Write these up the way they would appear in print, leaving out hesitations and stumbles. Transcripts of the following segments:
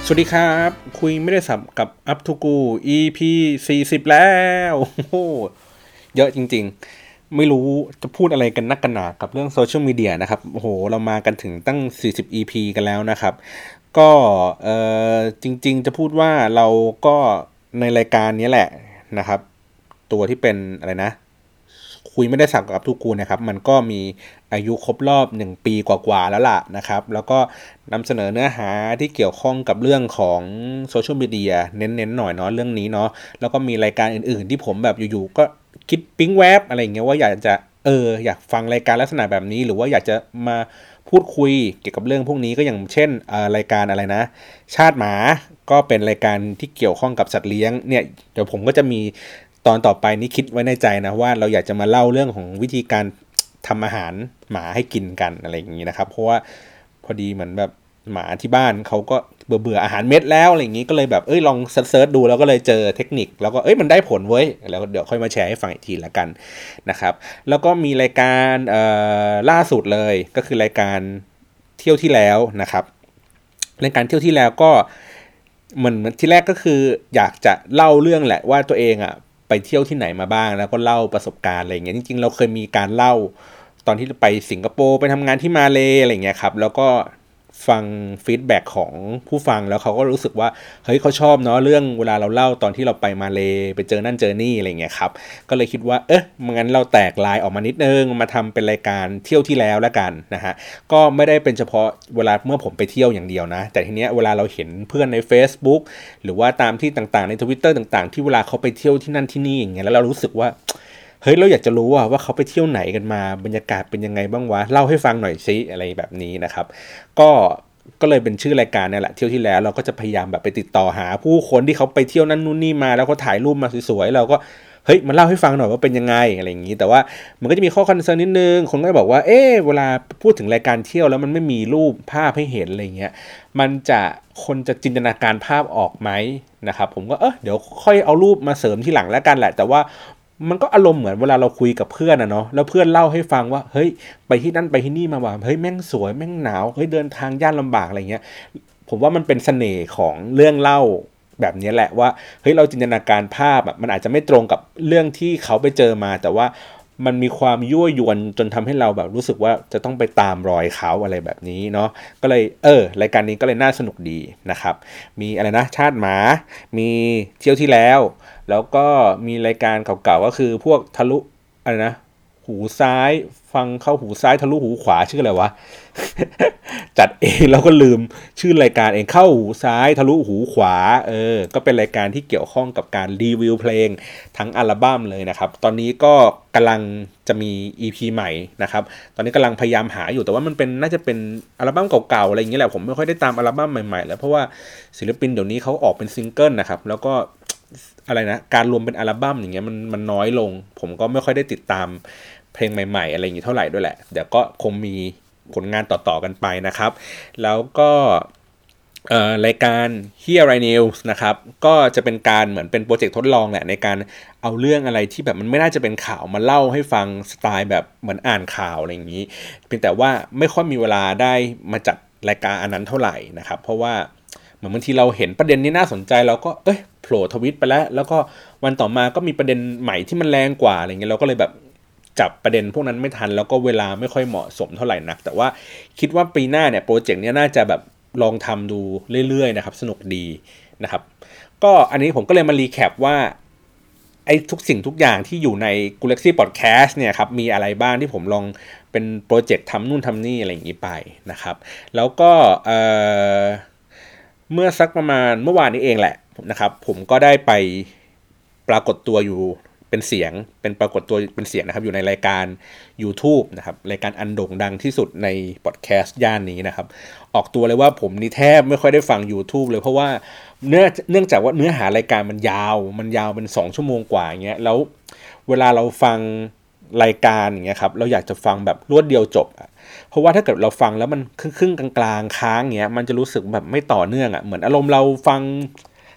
สวัสดีครับคุยไม่ได้สับกับอัพทูกู EP 40แล้วโอ้โหเยอะจริงๆไม่รู้จะพูดอะไรกันนักกันหนากับเรื่องโซเชียลมีเดียนะครับโอ้โหเรามากันถึงตั้ง40 EP กันแล้วนะครับก็จริงๆจะพูดว่าเราก็ในรายการนี้แหละนะครับตัวที่เป็นอะไรนะคุยไม่ได้สับกับทุกกูนะครับมันก็มีอายุครบรอบ1 ปีกว่าๆแล้วล่ะนะครับแล้วก็นำเสนอเนื้อหาที่เกี่ยวข้องกับเรื่องของโซเชียลมีเดียเน้นๆหน่อยเนาะเรื่องนี้เนาะแล้วก็มีรายการอื่นๆที่ผมแบบอยู่ๆก็คิดปิ๊งแวบอะไรเงี้ยว่าอยากจะอยากฟังรายการลักษณะแบบนี้หรือว่าอยากจะมาพูดคุยเกี่ยวกับเรื่องพวกนี้ก็อย่างเช่นรายการอะไรนะชาติหมาก็เป็นรายการที่เกี่ยวข้องกับสัตว์เลี้ยงเนี่ยเดี๋ยวผมก็จะมีตอนต่อไปนี้คิดไว้ในใจนะว่าเราอยากจะมาเล่าเรื่องของวิธีการทำอาหารหมาให้กินกันอะไรอย่างนี้นะครับเพราะว่าพอดีเหมือนแบบหมาที่บ้านเขาก็เบื่ออาหารเม็ดแล้วอะไรอย่างนี้ก็เลยแบบลองเซิร์ชดูแล้วก็เลยเจอเทคนิคแล้วก็มันได้ผลเว้ยแล้วเดี๋ยวค่อยมาแชร์ให้ฟังอีกทีละกันนะครับแล้วก็มีรายการล่าสุดเลยก็คือรายการเที่ยวที่แล้วนะครับรายการเที่ยวที่แล้วก็เหมือนที่แรกก็คืออยากจะเล่าเรื่องแหละว่าตัวเองอ่ะไปเที่ยวที่ไหนมาบ้างแล้วก็เล่าประสบการณ์อะไรอย่างเงี้ยจริงๆเราเคยมีการเล่าตอนที่ไปสิงคโปร์ไปทำงานที่มาเลอะไรเงี้ยครับแล้วก็ฟังฟีดแบ็กของผู้ฟังแล้วเขาก็รู้สึกว่าเฮ้ยเขาชอบเนาะเรื่องเวลาเราเล่าตอนที่เราไปมาเลไปเจอนั่นเจอนี่อะไรเงี้ยครับก็เลยคิดว่างั้นเราแตกลายออกมานิดนึงมาทำเป็นรายการเที่ยวที่แล้วละกันนะฮะก็ไม่ได้เป็นเฉพาะเวลาเมื่อผมไปเที่ยวอย่างเดียวนะแต่ทีเนี้ยเวลาเราเห็นเพื่อนใน Facebook หรือว่าตามที่ต่างๆใน Twitter ต่างๆที่เวลาเขาไปเที่ยวที่นั่นที่นี่อย่างเงี้ยแล้วเรารู้สึกว่าเฮ้ยเราอยากจะรู้ว่าเขาไปเที่ยวไหนกันมาบรรยากาศเป็นยังไงบ้างวะเล่าให้ฟังหน่อยซิอะไรแบบนี้นะครับก็เลยเป็นชื่อรายการเนี่ยแหละเที่ยวที่แล้วเราก็จะพยายามแบบไปติดต่อหาผู้คนที่เขาไปเที่ยวนั่นนู่นนี่มาแล้วเขาถ่ายรูปมาสวยๆเราก็เฮ้ยมาเล่าให้ฟังหน่อยว่าเป็นยังไงอะไรอย่างนี้แต่ว่ามันก็จะมีข้อคอนเซิร์นนิดนึงคนก็บอกว่าเวลาพูดถึงรายการเที่ยวแล้วมันไม่มีรูปภาพให้เห็นอะไรเงี้ยมันจะคนจะจินตนาการภาพออกไหมนะครับผมก็เดี๋ยวค่อยเอารูปมาเสริมที่หลังแล้วกันแหละแต่ว่ามันก็อารมณ์เหมือนเวลาเราคุยกับเพื่อนอะเนาะแล้วเพื่อนเล่าให้ฟังว่าเฮ้ยไปที่นั่นไปที่นี่มาว่าเฮ้ยแม่งสวยแม่งหนาวเฮ้ยเดินทางยากลำบากอะไรเงี้ยผมว่ามันเป็นเสน่ห์ของเรื่องเล่าแบบนี้แหละว่าเฮ้ยเราจินตนาการภาพอะมันอาจจะไม่ตรงกับเรื่องที่เขาไปเจอมาแต่ว่ามันมีความยั่วยวนจนทำให้เราแบบรู้สึกว่าจะต้องไปตามรอยเขาอะไรแบบนี้เนาะก็เลยรายการนี้ก็เลยน่าสนุกดีนะครับมีอะไรนะชาติหมามีเที่ยวที่แล้วแล้วก็มีรายการเก่าๆก็คือพวกทะลุอะไรนะหูซ้ายฟังเข้าหูซ้ายทะลุหูขวาชื่ออะไรวะ จัดเองแล้วก็ลืมชื่อรายการเองเข้าหูซ้ายทะลุหูขวาก็เป็นรายการที่เกี่ยวข้องกับการรีวิวเพลงทั้งอัลบั้มเลยนะครับตอนนี้ก็กำลังจะมี EP ใหม่นะครับตอนนี้กำลังพยายามหาอยู่แต่ว่ามันเป็นน่าจะเป็นอัลบั้มเก่าๆอะไรอย่างเงี้ยแหละผมไม่ค่อยได้ตามอัลบั้มใหม่ๆแล้วเพราะว่าศิลปินเดี๋ยวนี้เขาออกเป็นซิงเกิลนะครับแล้วก็อะไรนะการรวมเป็นอัลบั้มอย่างเงี้ยมันน้อยลงผมก็ไม่ค่อยได้ติดตามเพลงใหม่ๆอะไรอย่างงี้เท่าไหร่ด้วยแหละเดี๋ยวก็คงมีผลงานต่อๆกันไปนะครับแล้วก็รายการ Here I News นะครับก็จะเป็นการเหมือนเป็นโปรเจกต์ทดลองแหละในการเอาเรื่องอะไรที่แบบมันไม่น่าจะเป็นข่าวมาเล่าให้ฟังสไตล์แบบเหมือนอ่านข่าวอะไรอย่างนี้เพียงแต่ว่าไม่ค่อยมีเวลาได้มาจัดรายการอันนั้นเท่าไหร่นะครับเพราะว่าเหมือนบางทีเราเห็นประเด็นนี้น่าสนใจเราก็โผล่ทวิตไปแล้วก็วันต่อมาก็มีประเด็นใหม่ที่มันแรงกว่าอะไรเงี้ยเราก็เลยแบบจับประเด็นพวกนั้นไม่ทันแล้วก็เวลาไม่ค่อยเหมาะสมเท่าไหร่นักแต่ว่าคิดว่าปีหน้าเนี่ยโปรเจกต์นี้น่าจะแบบลองทำดูเรื่อยๆนะครับสนุกดีนะครับก็อันนี้ผมก็เลยมารีแคปว่าไอ้ทุกสิ่งทุกอย่างที่อยู่ใน Galaxy Podcast เนี่ยครับมีอะไรบ้างที่ผมลองเป็นโปรเจกต์ทำนู่นทำนี่อะไรอย่างนี้ไปนะครับแล้วก็เมื่อสักประมาณเมื่อวานนี้เองแหละนะครับผมก็ได้ไปปรากฏตัวอยู่เป็นเสียงเป็นปรากฏตัวเป็นเสียงนะครับอยู่ในรายการ YouTube นะครับรายการอันโด่งดังที่สุดในพอดแคสต์ย่านนี้นะครับออกตัวเลยว่าผมนี่แทบไม่ค่อยได้ฟัง YouTube เลยเพราะว่าเนื่องจากว่าเนื้อหารายการมันยาวเป็น2 ชั่วโมงกว่าอย่างเงี้ยแล้วเวลาเราฟังรายการอย่างเงี้ยครับเราอยากจะฟังแบบรวดเดียวจบเพราะว่าถ้าเกิดเราฟังแล้วมันครึ่งกลางๆค้างเงี้ยมันจะรู้สึกแบบไม่ต่อเนื่องเหมือนอารมณ์เราฟัง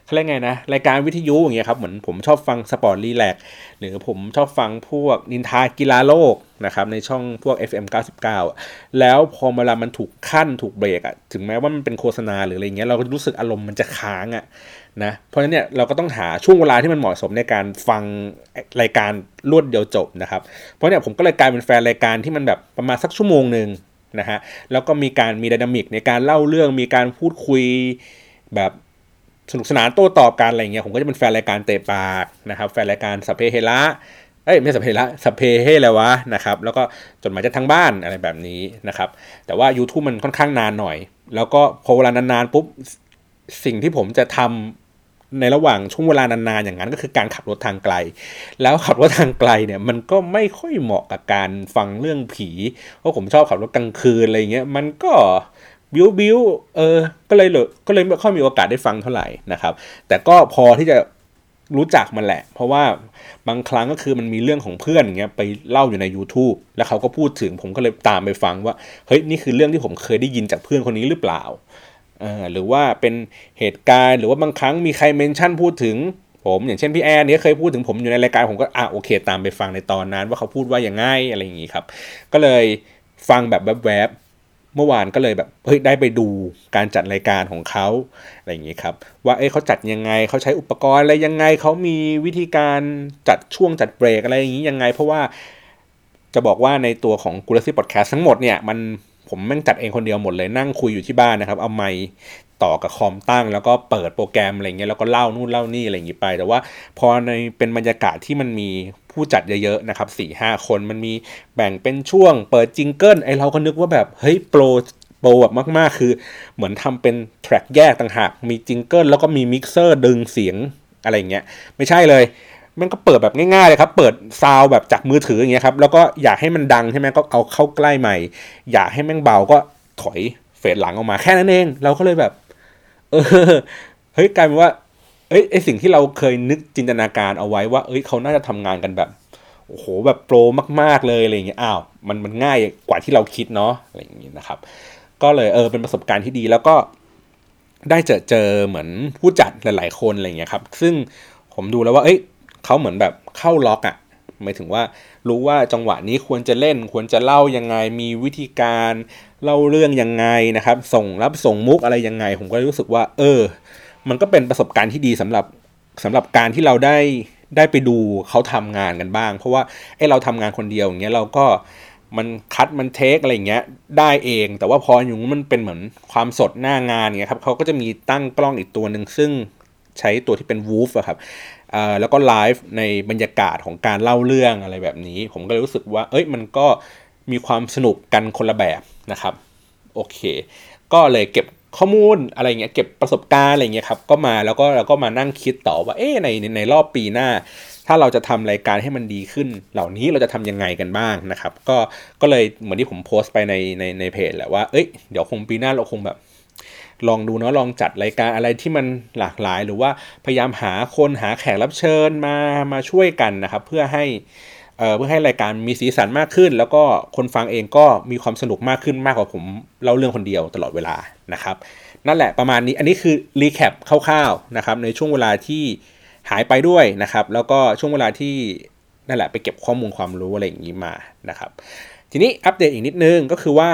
เขาเรียกไงนะรายการวิทยุอย่างเงี้ยครับเหมือนผมชอบฟังสปอร์ตรีแลกหรือผมชอบฟังพวกนินทากีฬาโลกนะครับในช่องพวก FM 99แล้วพอเวลามันถูกขั้นถูกเบรกถึงแม้ว่ามันเป็นโฆษณาหรืออะไรเงี้ยเราก็รู้สึกอารมณ์มันจะค้างนะเพราะฉะนั้นเนี่ยเราก็ต้องหาช่วงเวลาที่มันเหมาะสมในการฟังรายการรวดเดียวจบนะครับเพราะเนี่ยผมก็เลยกลายเป็นแฟนรายการที่มันแบบประมาณสักชั่วโมงนึงนะฮะแล้วก็มีไดนามิกในการเล่าเรื่องมีการพูดคุยแบบสนุกสนานโต้ตอบกันอะไรเงี้ยผมก็จะเป็นแฟนรายการเตะปากนะครับแฟนรายการสัพเพเฮระไม่สัพเพเฮระสัพเพเฮแล้ววะนะครับแล้วก็จดหมายจากทางบ้านอะไรแบบนี้นะครับแต่ว่า YouTube มันค่อนข้างนานหน่อยแล้วก็พอเวลานานๆปุ๊บสิ่งที่ผมจะทำในระหว่างช่วงเวลานานๆอย่างนั้นก็คือการขับรถทางไกลแล้วขับรถทางไกลเนี่ยมันก็ไม่ค่อยเหมาะกับการฟังเรื่องผีเพราะผมชอบขับรถกลางคืนอะไรเงี้ยมันก็บิ้วก็เลยไม่ค่อยมีโอกาสได้ฟังเท่าไหร่นะครับแต่ก็พอที่จะรู้จักมันแหละเพราะว่าบางครั้งก็คือมันมีเรื่องของเพื่อนอย่างเงี้ยไปเล่าอยู่ใน YouTube แล้วเขาก็พูดถึงผมก็เลยตามไปฟังว่าเฮ้ยนี่คือเรื่องที่ผมเคยได้ยินจากเพื่อนคนนี้หรือเปล่าหรือว่าเป็นเหตุการณ์หรือว่าบางครั้งมีใครเมนชั่นพูดถึงผมอย่างเช่นพี่แอนเนี่ยเคยพูดถึงผมอยู่ในรายการผมก็โอเคตามไปฟังในตอนนั้นว่าเขาพูดว่าอย่างไงอะไรอย่างงี้ครับก็เลยฟังแบบแวบๆเมื่อวานก็เลยแบบเฮ้ยได้ไปดูการจัดรายการของเขาอะไรอย่างงี้ครับว่าเขาจัดยังไงเขาใช้อุปกรณ์อะไรยังไงเขามีวิธีการจัดช่วงจัดเบรกอะไรอย่างงี้ยังไงเพราะว่าจะบอกว่าในตัวของ Gulacy Podcast ทั้งหมดเนี่ยผมแม่งจัดเองคนเดียวหมดเลยนั่งคุยอยู่ที่บ้านนะครับเอาไมค์ต่อกับคอมตั้งแล้วก็เปิดโปรแกรมอะไรเงี้ยแล้วก็เล่านู่นเล่านี่อะไรอย่างงี้ไปแต่ว่าพอในเป็นบรรยากาศที่มันมีผู้จัดเยอะๆนะครับ 4-5 คนมันมีแบ่งเป็นช่วงเปิดจิงเกิลเราก็นึกว่าแบบเฮ้ยโปรแบบมากๆคือเหมือนทำเป็นแทร็กแยกต่างหากมีจิงเกิลแล้วก็มีมิกเซอร์ดึงเสียงอะไรเงี้ยไม่ใช่เลยมันก็เปิดแบบง่ายๆเลยครับเปิดซาวแบบจากมือถืออย่างเงี้ยครับแล้วก็อยากให้มันดังใช่ไหมก็เอาเข้าใกล้ใหม่อยากให้แม่งเบาก็ถอยเฟดหลังออกมาแค่นั้นเองเราก็เลยแบบเฮ้ยกลายเป็นว่าไอสิ่งที่เราเคยนึกจินตนาการเอาไว้ว่าเขาน่าจะทำงานกันแบบโอ้โหแบบโปรมากๆเลยอะไรอย่างเงี้ยมันง่ายกว่าที่เราคิดเนาะอะไรอย่างเงี้ยนะครับก็เลยเป็นประสบการณ์ที่ดีแล้วก็ได้เจอเหมือนผู้จัดหลายๆคนอะไรอย่างเงี้ยครับซึ่งผมดูแล้วว่าเขาเหมือนแบบเข้าล็อกหมายถึงว่ารู้ว่าจังหวะนี้ควรจะเล่นควรจะเล่ายังไงมีวิธีการเล่าเรื่องยังไงนะครับส่งมุกอะไรยังไงผมก็รู้สึกว่ามันก็เป็นประสบการณ์ที่ดีสำหรับการที่เราได้ไปดูเขาทำงานกันบ้างเพราะว่าเราทำงานคนเดียวอย่างเงี้ยเราก็มันคัดมันเทคอะไรอย่างเงี้ยได้เองแต่ว่าพออย่างนี้มันเป็นเหมือนความสดหน้างานเงี้ยครับเขาก็จะมีตั้งกล้องอีกตัวหนึ่งซึ่งใช้ตัวที่เป็นวูฟครับแล้วก็ไลฟ์ในบรรยากาศของการเล่าเรื่องอะไรแบบนี้ผมก็เลยรู้สึกว่ามันก็มีความสนุกกันคนละแบบนะครับโอเคก็เลยเก็บข้อมูลอะไรเงี้ยเก็บประสบการณ์อะไรเงี้ยครับก็มาแล้วก็เราก็มานั่งคิดต่อว่าในรอบปีหน้าถ้าเราจะทำรายการให้มันดีขึ้นเหล่านี้เราจะทำยังไงกันบ้างนะครับก็เลยเหมือนที่ผมโพสต์ไปในเพจแหละว่าเดี๋ยวคงปีหน้าเราคงแบบลองดูเนาะลองจัดรายการอะไรที่มันหลากหลายหรือว่าพยายามหาแขกรับเชิญมาช่วยกันนะครับเพื่อให้รายการมีสีสันมากขึ้นแล้วก็คนฟังเองก็มีความสนุกมากขึ้นมากกว่าผมเล่าเรื่องคนเดียวตลอดเวลานะครับนั่นแหละประมาณนี้อันนี้คือรีแคปคร่าวๆนะครับในช่วงเวลาที่หายไปด้วยนะครับแล้วก็ช่วงเวลาที่นั่นแหละไปเก็บข้อมูลความรู้อะไรอย่างนี้มานะครับทีนี้อัปเดตอีกนิดนึงก็คือว่า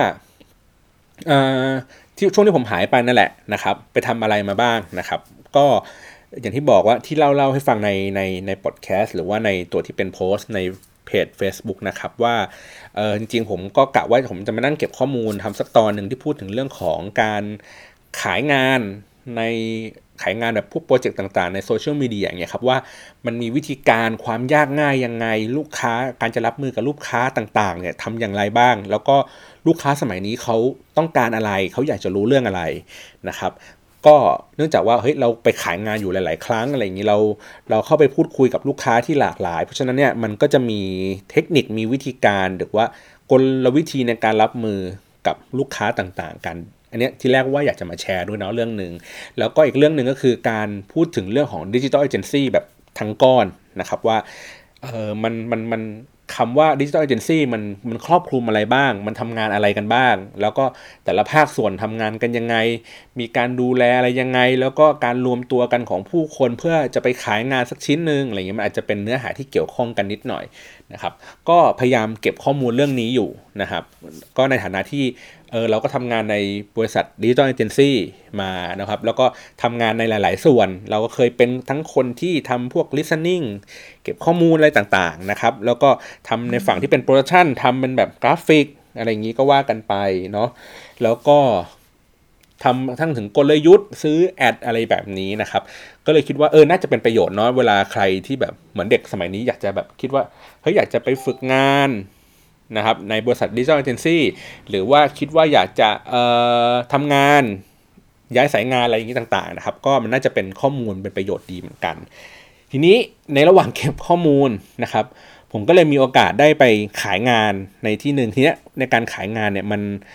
ที่ช่วงที่ผมหายไปนั่นแหละนะครับไปทำอะไรมาบ้างนะครับก็อย่างที่บอกว่าที่เล่าให้ฟังในพอดแคสต์หรือว่าในตัวที่เป็นโพสต์ในเพจ Facebook นะครับว่าจริงๆผมก็กะว่าผมจะมานั่งเก็บข้อมูลทำสักตอนหนึ่งที่พูดถึงเรื่องของการขายงานแบบพวกโปรเจกต์ต่างๆในโซเชียลมีเดียอย่างเงี้ยครับว่ามันมีวิธีการความยากง่ายยังไงลูกค้าการจะรับมือกับลูกค้าต่างๆเนี่ยทำอย่างไรบ้างแล้วก็ลูกค้าสมัยนี้เขาต้องการอะไรเขาอยากจะรู้เรื่องอะไรนะครับก็เนื่องจากว่าเราไปขายงานอยู่หลายๆครั้งอะไรอย่างนี้เราเข้าไปพูดคุยกับลูกค้าที่หลากหลายเพราะฉะนั้นเนี่ยมันก็จะมีเทคนิคมีวิธีการหรือว่ากลวิธีในการรับมือกับลูกค้าต่างๆกันอันนี้ที่แรกว่าอยากจะมาแชร์ด้วยเนาะเรื่องนึงแล้วก็อีกเรื่องนึงก็คือการพูดถึงเรื่องของ Digital Agency แบบทั้งก้อนนะครับว่ามันคำว่า Digital Agency มันครอบคลุมอะไรบ้างมันทำงานอะไรกันบ้างแล้วก็แต่ละภาคส่วนทำงานกันยังไงมีการดูแลอะไรยังไงแล้วก็การรวมตัวกันของผู้คนเพื่อจะไปขายงานสักชิ้นนึงอะไรเงี้ยมันอาจจะเป็นเนื้อหาที่เกี่ยวข้องกันนิดหน่อยนะครับก็พยายามเก็บข้อมูลเรื่องนี้อยู่นะครับก็ในฐานะที่เราก็ทำงานในบริษัท Digital Agency มานะครับแล้วก็ทำงานในหลายๆส่วนเราก็เคยเป็นทั้งคนที่ทำพวก listening เก็บข้อมูลอะไรต่างๆนะครับแล้วก็ทำในฝั่งที่เป็นโปรดักชันทำเป็นแบบกราฟิกอะไรอย่างนี้ก็ว่ากันไปเนาะแล้วก็ทำทั้งถึงกลยุทธ์ซื้อแอดอะไรแบบนี้นะครับก็เลยคิดว่าน่าจะเป็นประโยชน์เนาะเวลาใครที่แบบเหมือนเด็กสมัยนี้อยากจะแบบคิดว่าเฮ้ยอยากจะไปฝึกงานนะครับในบริษัท Digital Agency หรือว่าคิดว่าอยากจะทำงานย้ายสายงานอะไรอย่างนี้ต่างๆนะครับก็มันน่าจะเป็นข้อมูลเป็นประโยชน์ดีเหมือนกันทีนี้ในระหว่างเก็บข้อมูลนะครับผมก็เลยมีโอกาสได้ไปขายงานในที่หนึ่งทีนี้ในการขายงานเนี่ย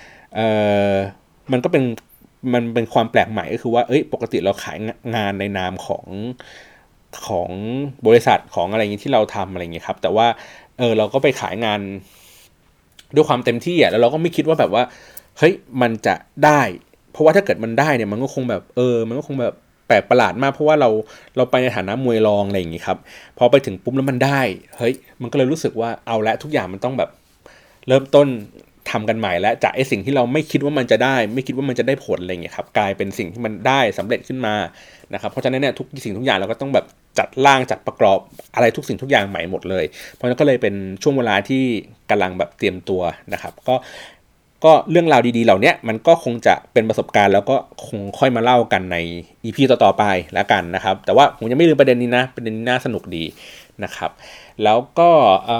มันก็เป็นความแปลกใหม่ก็คือว่าปกติเราขายงานในนามของบริษัทของอะไรอย่างนี้ที่เราทำอะไรอย่างนี้ครับแต่ว่าเราก็ไปขายงานด้วยความเต็มที่แล้วเราก็ไม่คิดว่าแบบว่าเฮ้ยมันจะได้เพราะว่าถ้าเกิดมันได้เนี่ยมันก็คงแบบมันก็คงแบบแปลกประหลาดมากเพราะว่าเราไปในฐานะมวยรองอะไรอย่างงี้ครับพอไปถึงปุ๊บแล้วมันได้เฮ้ยมันก็เลยรู้สึกว่าเอาละทุกอย่างมันต้องแบบเริ่มต้นทำกันใหม่แล้วจากไอ้สิ่งที่เราไม่คิดว่ามันจะได้ไม่คิดว่ามันจะได้ผลอะไรอย่างเงี้ยครับกลายเป็นสิ่งที่มันได้สำเร็จขึ้นมานะครับเพราะฉะนั้นเนี่ยทุกสิ่งทุกอย่างเราก็ต้องแบบจัดร่างจัดประกอบอะไรทุกสิ่งทุกอย่างใหม่หมดเลยเพราะฉะนั้นก็เลยเป็นช่วงเวลาที่กำลังแบบเตรียมตัวนะครับก็เรื่องราวดีๆเหล่านี้มันก็คงจะเป็นประสบการณ์แล้วก็คงค่อยมาเล่ากันใน EP ต่อๆไปแล้วกันนะครับแต่ว่าผมยังไม่ลืมประเด็นนี้นะประเด็นนี้น่าสนุกดีนะครับแล้วก็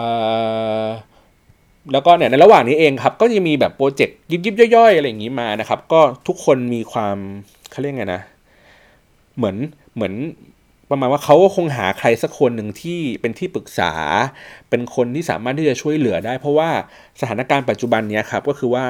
เนี่ยในระหว่างนี้เองครับก็จะมีแบบโปรเจกต์ยิบๆย่อยๆอะไรอย่างนี้มานะครับก็ทุกคนมีความเขาเรียกไงนะเหมือนประมาณว่าเขาก็คงหาใครสักคนหนึ่งที่เป็นที่ปรึกษาเป็นคนที่สามารถที่จะช่วยเหลือได้เพราะว่าสถานการณ์ปัจจุบันเนี้ยครับก็คือว่า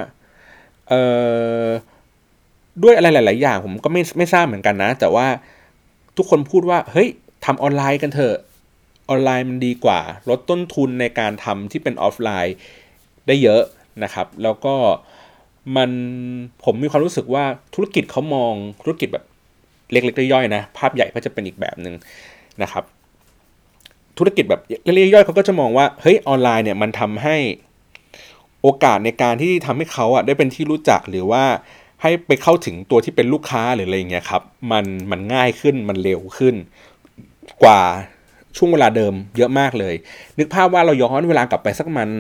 ด้วยอะไรหลายๆอย่างผมก็ไม่ทราบเหมือนกันนะแต่ว่าทุกคนพูดว่าเฮ้ยทำออนไลน์กันเถอะออนไลน์มันดีกว่าลดต้นทุนในการทำที่เป็นออฟไลน์ได้เยอะนะครับแล้วก็ผมมีความรู้สึกว่าธุรกิจเขามองธุรกิจแบบเล็กๆย่อยๆนะภาพใหญ่ก็จะเป็นอีกแบบนึงนะครับธุรกิจแบบเล็กๆย่อยๆเขาก็จะมองว่าเฮ้ยออนไลน์เนี่ยมันทำให้โอกาสในการที่ทำให้เขาได้เป็นที่รู้จักหรือว่าให้ไปเข้าถึงตัวที่เป็นลูกค้าหรืออะไรอย่างเงี้ยครับมันง่ายขึ้นมันเร็วขึ้นกว่าช่วงเวลาเดิมเยอะมากเลยนึกภาพว่าเราย้อนเวลากลับไปสักมัน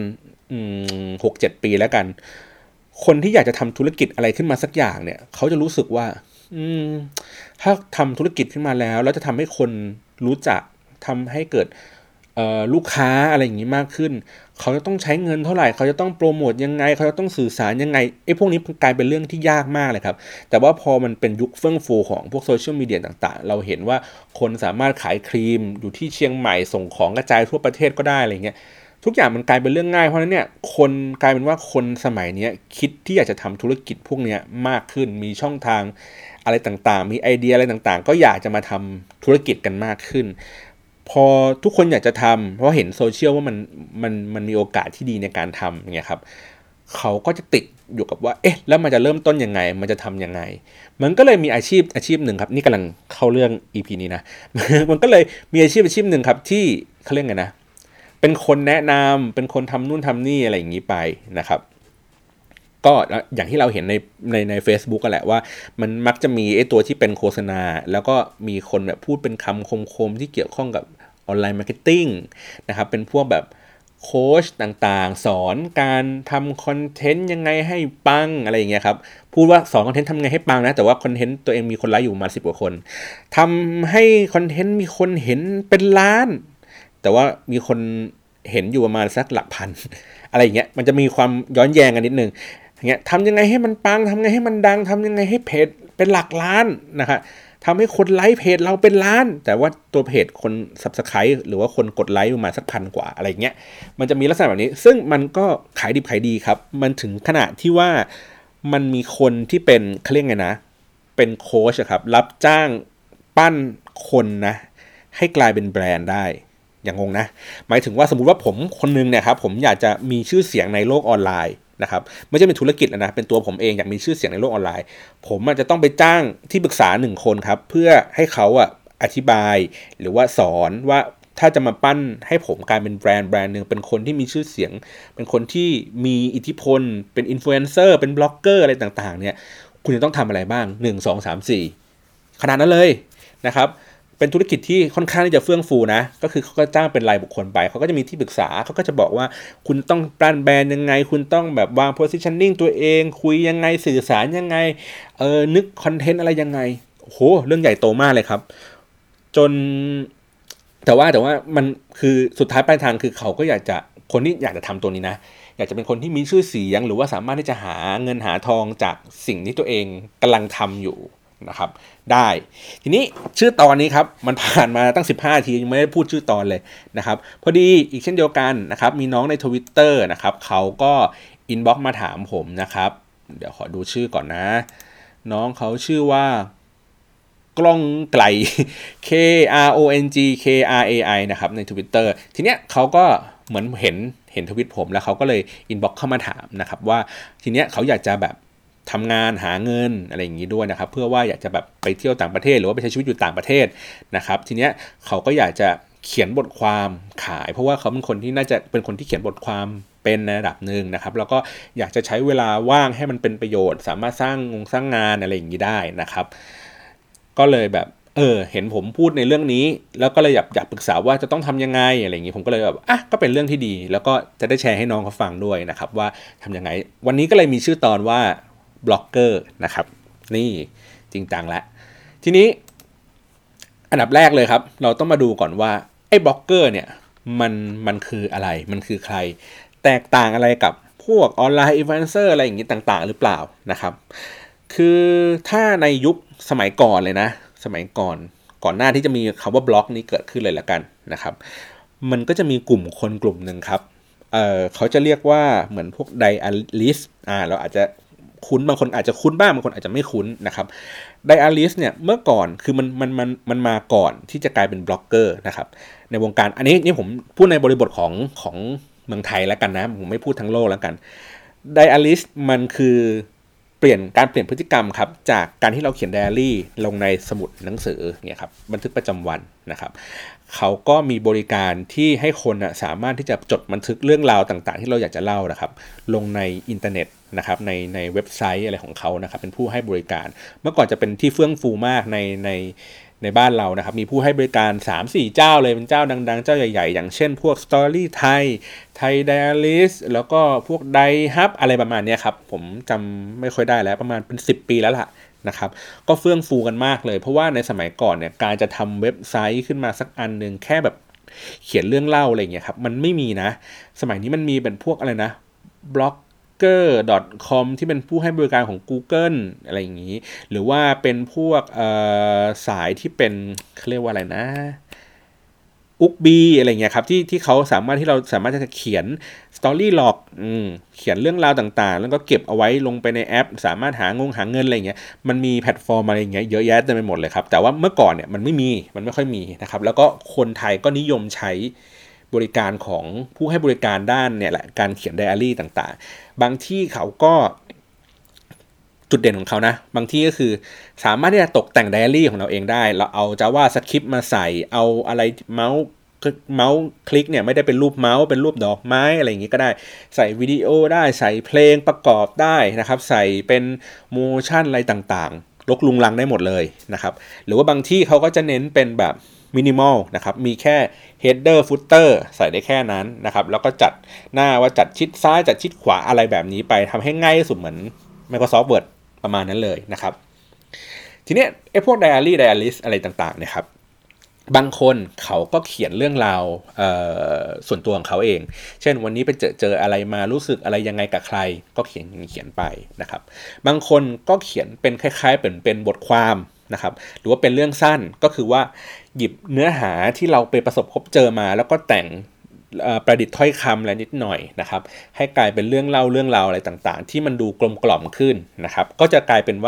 6-7 ปีแล้วกันคนที่อยากจะทำธุรกิจอะไรขึ้นมาสักอย่างเนี่ยเขาจะรู้สึกว่าถ้าทำธุรกิจขึ้นมาแล้วจะทำให้คนรู้จักทำให้เกิดลูกค้าอะไรอย่างนี้มากขึ้นเขาจะต้องใช้เงินเท่าไหร่เขาจะต้องโปรโมทยังไงเขาจะต้องสื่อสารยังไงพวกนี้กลายเป็นเรื่องที่ยากมากเลยครับแต่ว่าพอมันเป็นยุคเฟื่องฟูของพวกโซเชียลมีเดียต่างๆเราเห็นว่าคนสามารถขายครีมอยู่ที่เชียงใหม่ส่งของกระจายทั่วประเทศก็ได้อะไรเงี้ยทุกอย่างมันกลายเป็นเรื่องง่ายเพราะนั้นเนี่ยคนกลายเป็นว่าคนสมัยนี้คิดที่อยากจะทำธุรกิจพวกนี้มากขึ้นมีช่องทางอะไรต่างๆมีไอเดียอะไรต่างๆก็อยากจะมาทำธุรกิจกันมากขึ้นพอทุกคนอยากจะทำเพราะเห็นโซเชียลว่ามันมีโอกาสที่ดีในการทำอย่างเงี้ยครับเขาก็จะติดอยู่กับว่าแล้วมันจะเริ่มต้นยังไงมันจะทำยังไงมันก็เลยมีอาชีพหนึ่งครับนี่กำลังเข้าเรื่อง EP นี้นะ มันก็เลยมีอาชีพหนึ่งครับที่เขาเรียกไงนะเป็นคนแนะนำเป็นคนทำนู่นทำนี่อะไรอย่างนี้ไปนะครับก็อย่างที่เราเห็นใน Facebook กันแหละว่ามันมักจะมีตัวที่เป็นโฆษณาแล้วก็มีคนแบบพูดเป็นคำคมๆที่เกี่ยวข้องกับออนไลน์มาร์เก็ตติ้งนะครับเป็นพวกแบบโค้ชต่างๆสอนการทำคอนเทนต์ยังไงให้ปังอะไรอย่างเงี้ยครับพูดว่าสอนคอนเทนต์ทำไงให้ปังนะแต่ว่าคอนเทนต์ตัวเองมีคนไลค์อยู่มา10 กว่าคนทำให้คอนเทนต์มีคนเห็นเป็นล้านแต่ว่ามีคนเห็นอยู่ประมาณสักหลักพันอะไรอย่างเงี้ยมันจะมีความย้อนแย้งกันนิดนึงอย่างเงี้ยทำยังไงให้มันปังทำยังไงให้มันดังทำยังไงให้เพจเป็นหลักล้านนะครับทำให้คนไลค์เพจเราเป็นล้านแต่ว่าตัวเพจคน Subscribe หรือว่าคนกดไลค์ประมาณสัก1,000 กว่าอะไรเงี้ยมันจะมีลักษณะแบบนี้ซึ่งมันก็ขายดิบขายดีครับมันถึงขนาดที่ว่ามันมีคนที่เป็นเขาเรียกไงนะเป็นโค้ชครับรับจ้างปั้นคนนะให้กลายเป็นแบรนด์ได้อย่างงงนะหมายถึงว่าสมมุติว่าผมคนนึงเนี่ยครับผมอยากจะมีชื่อเสียงในโลกออนไลน์นะครับไม่ใช่เป็นธุรกิจแล้วนะเป็นตัวผมเองอยากมีชื่อเสียงในโลกออนไลน์ผมจะต้องไปจ้างที่ปรึกษา1คนครับเพื่อให้เขาอธิบายหรือว่าสอนว่าถ้าจะมาปั้นให้ผมกลายเป็นแบรนด์หนึ่งเป็นคนที่มีชื่อเสียงเป็นคนที่มีอิทธิพลเป็นอินฟลูเอนเซอร์เป็นบล็อกเกอร์อะไรต่างๆเนี่ยคุณจะต้องทำอะไรบ้าง1 2 3 4ขนาดนั้นเลยนะครับเป็นธุรกิจที่ค่อนข้างที่จะเฟื่องฟูนะก็คือเขาก็จ้างเป็นรายบุคคลไปเขาก็จะมีที่ปรึกษาเขาก็จะบอกว่าคุณต้องปั้นแบรนด์ยังไงคุณต้องแบบวาง positioning ตัวเองคุยยังไงสื่อสารยังไงนึกคอนเทนต์อะไรยังไงโอ้โหเรื่องใหญ่โตมากเลยครับจนแต่ว่ามันคือสุดท้ายปลายทางคือเขาก็อยากจะคนที่อยากจะทำตัวนี้นะอยากจะเป็นคนที่มีชื่อเสียงหรือว่าสามารถที่จะหาเงินหาทองจากสิ่งที่ตัวเองกำลังทำอยู่นะครับได้ทีนี้ชื่อตอนนี้ครับมันผ่านมาตั้ง15 นาทียังไม่ได้พูดชื่อตอนเลยนะครับพอดีอีกเช่นเดียวกันนะครับมีน้องใน Twitter นะครับเขาก็อินบ็อกซ์มาถามผมนะครับเดี๋ยวขอดูชื่อก่อนนะน้องเขาชื่อว่ากล้องไกล K R O N G K R A I นะครับใน Twitter ทีเนี้ยเขาก็เหมือนเห็นทวิตผมแล้วเขาก็เลยอินบ็อกซ์เข้ามาถามนะครับว่าทีเนี้ยเขาอยากจะแบบทำงานหาเงินอะไรอย่างนี้ด้วยนะครับเพื่อว่าอยากจะแบบไปเที่ยวต่างประเทศหรือว่าไปใช้ชีวิตอยู่ต่างประเทศนะครับทีเนี้ยเขาก็อยากจะเขียนบทความขายเพราะว่าเขาเป็นคนที่น่าจะเป็นคนที่เขียนบทความเป็นในระดับหนึ่งนะครับแล้วก็อยากจะใช้เวลาว่างให้มันเป็นประโยชน์สามารถสร้างงานอะไรอย่างนี้ได้นะครับก็เลยแบบเห็นผมพูดในเรื่องนี้แล้วก็เลยอยากปรึกษาว่าจะต้องทำยังไงอะไรอย่างนี้ผมก็เลยแบบก็เป็นเรื่องที่ดีแล้วก็จะได้แชร์ให้น้องเขาฟังด้วยนะครับว่าทำยังไงวันนี้ก็เลยมีชื่อตอนว่าบล็อกเกอร์นะครับนี่จริงจังแล้วทีนี้อันดับแรกเลยครับเราต้องมาดูก่อนว่าไอ้บล็อกเกอร์เนี่ยมันคืออะไรมันคือใครแตกต่างอะไรกับพวกออนไลน์อินฟลูเอนเซอร์อะไรอย่างนี้ต่างๆหรือเปล่านะครับคือถ้าในยุคสมัยก่อนเลยนะสมัยก่อนหน้าที่จะมีคำว่าบล็อกนี้เกิดขึ้นเลยละกันนะครับมันก็จะมีกลุ่มคนกลุ่มหนึ่งครับเขาจะเรียกว่าเหมือนพวกไดอาริสเราอาจจะคุ้นบางคนอาจจะคุ้นบ้างบางคนอาจจะไม่คุ้นนะครับไดอาริสเนี่ยเมื่อก่อนคือมันมาก่อนที่จะกลายเป็นบล็อกเกอร์นะครับในวงการอันนี้ผมพูดในบริบทของเมืองไทยแล้วกันนะผมไม่พูดทั้งโลกแล้วกันไดอาริสมันคือการเปลี่ยนพฤติกรรมครับจากการที่เราเขียนไดอารี่ลงในสมุดหนังสือเนี่ยครับบันทึกประจำวันนะครับเขาก็มีบริการที่ให้คนสามารถที่จะจดบันทึกเรื่องราวต่างๆที่เราอยากจะเล่านะครับลงในอินเทอร์เน็ตนะครับในเว็บไซต์อะไรของเขานะครับเป็นผู้ให้บริการเมื่อก่อนจะเป็นที่เฟื่องฟูมากในบ้านเรานะครับมีผู้ให้บริการ 3-4 เจ้าเลยเป็นเจ้าดังๆเจ้าใหญ่ๆอย่างเช่นพวก Story ไทย Diaries แล้วก็พวก Dai Hub อะไรประมาณนี้ครับผมจำไม่ค่อยได้แล้วประมาณเป็น10 ปีแล้วล่ะนะครับก็เฟื่องฟูกันมากเลยเพราะว่าในสมัยก่อนเนี่ยการจะทำเว็บไซต์ขึ้นมาสักอันนึงแค่แบบเขียนเรื่องเล่าอะไรอย่างเงี้ยครับมันไม่มีนะสมัยนี้มันมีเป็นพวกอะไรนะบล็อกblogger.com ที่เป็นผู้ให้บริการของ Google อะไรอย่างนี้หรือว่าเป็นพวกสายที่เป็นเขาเรียกว่าอะไรนะอุกบีอะไรเงี้ยครับที่เขาสามารถที่เราสามารถจะเขียน Story Log เขียนเรื่องราวต่างๆแล้วก็เก็บเอาไว้ลงไปในแอปสามารถหาเงินอะไรเงี้ยมันมีแพลตฟอร์มอะไรเงี้ยเยอะแยะเต็มไปหมดเลยครับแต่ว่าเมื่อก่อนเนี่ยมันไม่ค่อยมีนะครับแล้วก็คนไทยก็นิยมใช้บริการของผู้ให้บริการด้านเนี่ยแหละการเขียนไดอารี่ต่างๆบางที่เขาก็จุดเด่นของเขานะบางที่ก็คือสามารถที่จะตกแต่งไดอารี่ของเราเองได้เราเอา Java Script มาใส่เอาอะไรเมาส์คลิกเนี่ยไม่ได้เป็นรูปเมาส์เป็นรูปดอกไม้อะไรอย่างงี้ก็ได้ใส่วิดีโอได้ใส่เพลงประกอบได้นะครับใส่เป็นโมชั่นอะไรต่างๆลกลุงลังได้หมดเลยนะครับหรือว่าบางที่เขาก็จะเน้นเป็นแบบมินิมอลนะครับมีแค่ header footer ใส่ได้แค่นั้นนะครับแล้วก็จัดหน้าว่าจัดชิดซ้ายจัดชิดขวาอะไรแบบนี้ไปทำให้ง่ายที่สุดเหมือน Microsoft Word ประมาณนั้นเลยนะครับทีนี้ไอ้พวก Diaries อะไรต่างๆเนี่ยครับบางคนเขาก็เขียนเรื่องราวส่วนตัวของเขาเองเช่นวันนี้ไปเจออะไรมารู้สึกอะไรยังไงกับใครก็เขียนไปนะครับบางคนก็เขียนเป็นคล้ายๆเป็นบทความนะครับหรือว่าเป็นเรื่องสั้นก็คือว่าหยิบเนื้อหาที่เราไปประสบพบเจอมาแล้วก็แต่งประดิษฐ์ถ้อยคำอะไรนิดหน่อยนะครับให้กลายเป็นเรื่องเล่าเรื่องราวอะไรต่างๆที่มันดูกลมกล่อมขึ้นนะครับก็จะกลายเป็นว่า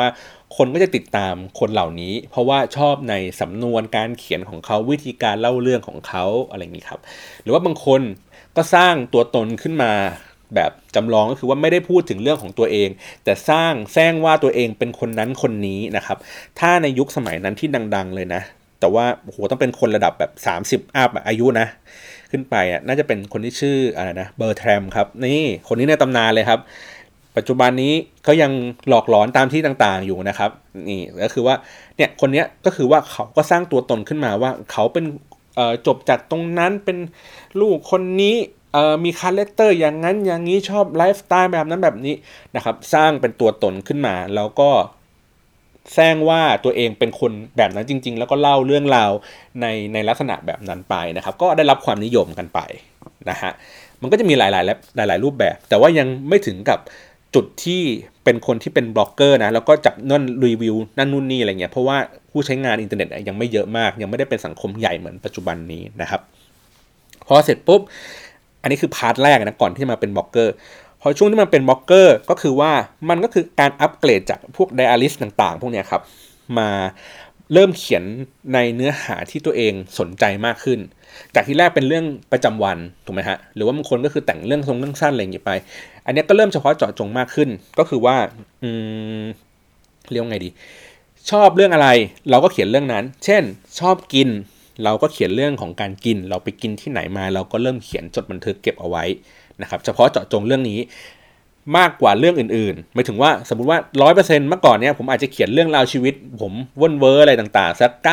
คนก็จะติดตามคนเหล่านี้เพราะว่าชอบในสำนวนการเขียนของเขาวิธีการเล่าเรื่องของเขาอะไรอย่างนี้ครับหรือว่าบางคนก็สร้างตัวตนขึ้นมาแบบจำลองก็คือว่าไม่ได้พูดถึงเรื่องของตัวเองแต่สร้างแซงว่าตัวเองเป็นคนนั้นคนนี้นะครับถ้าในยุคสมัยนั้นที่ดังๆเลยนะแต่ว่าโอ้โหต้องเป็นคนระดับแบบ30อัพอายุนะขึ้นไปอ่ะน่าจะเป็นคนที่ชื่ออะไรนะเบอร์แทรมครับนี่คนนี้ในตำนานเลยครับปัจจุบันนี้ก็ยังหลอกหลอนตามที่ต่างๆอยู่นะครับนี่ก็คือว่าเนี่ยคนนี้ก็คือว่าเขาก็สร้างตัวตนขึ้นมาว่าเขาเป็นจบจากตรงนั้นเป็นลูกคนนี้มีคาแรคเตอร์อย่างนั้นอย่างนี้ชอบไลฟ์สไตล์แบบนั้นแบบนี้นะครับสร้างเป็นตัวตนขึ้นมาแล้วก็แซงว่าตัวเองเป็นคนแบบนั้นจริงๆแล้วก็เล่าเรื่องราวในลักษณะแบบนั้นไปนะครับก็ได้รับความนิยมกันไปนะฮะมันก็จะมีหลายรูปแบบแต่ว่ายังไม่ถึงกับจุดที่เป็นคนที่เป็นบล็อกเกอร์นะแล้วก็จับนั่นรีวิวนั่นนู่นนี่อะไรเงี้ยเพราะว่าผู้ใช้งานอินเทอร์เน็ตยังไม่เยอะมากยังไม่ได้เป็นสังคมใหญ่เหมือนปัจจุบันนี้นะครับพอเสร็จปุ๊บอันนี้คือพาร์ทแรกนะก่อนที่จะมาเป็นบล็อกเกอร์พอช่วงที่มันเป็นบล็อกเกอร์ก็คือว่ามันก็คือการอัปเกรดจากพวกไดอาริสต่างๆพวกเนี้ยครับมาเริ่มเขียนในเนื้อหาที่ตัวเองสนใจมากขึ้นจากที่แรกเป็นเรื่องประจำวันถูกไหมฮะหรือว่าบางคนก็คือแต่งเรื่องสั้นอะไรอย่างงี้ไปอันนี้ก็เริ่มเฉพาะเจาะจงมากขึ้นก็คือว่าเรียกว่าไงดีชอบเรื่องอะไรเราก็เขียนเรื่องนั้นเช่นชอบกินเราก็เขียนเรื่องของการกินเราไปกินที่ไหนมาเราก็เริ่มเขียนจดบันทึกเก็บเอาไว้นะครับเฉพาะเจาะจงเรื่องนี้มากกว่าเรื่องอื่นๆหมายถึงว่าสมมุติว่า 100% เมื่อก่อนเนี้ยผมอาจจะเขียนเรื่องราวชีวิตผมว่นเวอร์อะไรต่างๆสัก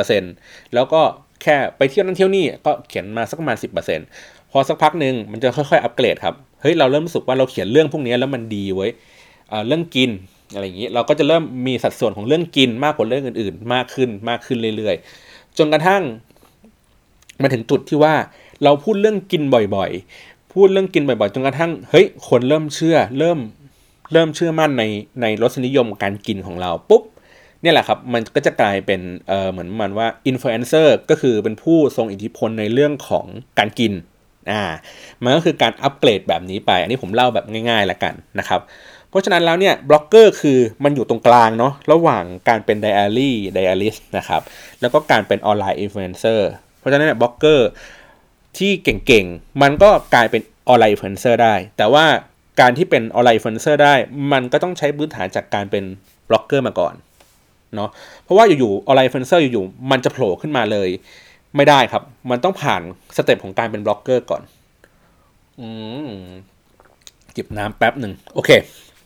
90% แล้วก็แค่ไปเที่ยวนั่นเที่ยวนี่ก็เขียนมาสักประมาณ 10% พอสักพักหนึ่งมันจะค่อยๆอัปเกรดครับเฮ้ยเราเริ่มรู้สึกว่าเราเขียนเรื่องพวกนี้แล้วมันดีเว้ยเรื่องกินอะไรอย่างนี้เราก็จะเริ่มมีสัดส่วนของเรื่องกินมากกว่าเรื่องอื่นๆมากขึ้นเรื่อยๆจนกระทั่งมาถึงจุดที่ว่าเราพูดเรื่องกินบ่อยๆพูดเรื่องกินบ่อยๆจนกระทั่งเฮ้ยคนเริ่มเชื่อเริ่มเชื่อมั่นในรสนิยมการกินของเราปุ๊บเนี่ยแหละครับมันก็จะกลายเป็นเหมือนมันว่าอินฟลูเอนเซอร์ก็คือเป็นผู้ทรงอิทธิพลในเรื่องของการกินมันก็คือการอัปเกรดแบบนี้ไปอันนี้ผมเล่าแบบง่ายๆแล้วกันนะครับเพราะฉะนั้นแล้วเนี่ยบล็อกเกอร์คือมันอยู่ตรงกลางเนาะระหว่างการเป็นไดอาริสนะครับแล้วก็การเป็นออนไลน์อินฟลูเอนเซอร์เพราะฉะนั้นเนี่ยบล็อกเกอร์ที่เก่งๆมันก็กลายเป็นออนไลน์อินฟลูเอนเซอร์ได้แต่ว่าการที่เป็นออนไลน์อินฟลูเอนเซอร์ได้มันก็ต้องใช้พื้นฐานจากการเป็นบล็อกเกอร์มาก่อนเนาะเพราะว่าอยู่ๆออนไลน์อินฟลูเอนเซอร์อยู่ๆมันจะโผล่ขึ้นมาเลยไม่ได้ครับมันต้องผ่านสเต็ปของการเป็นบล็อกเกอร์ก่อนจิบน้ำแป๊บหนึ่งโอเค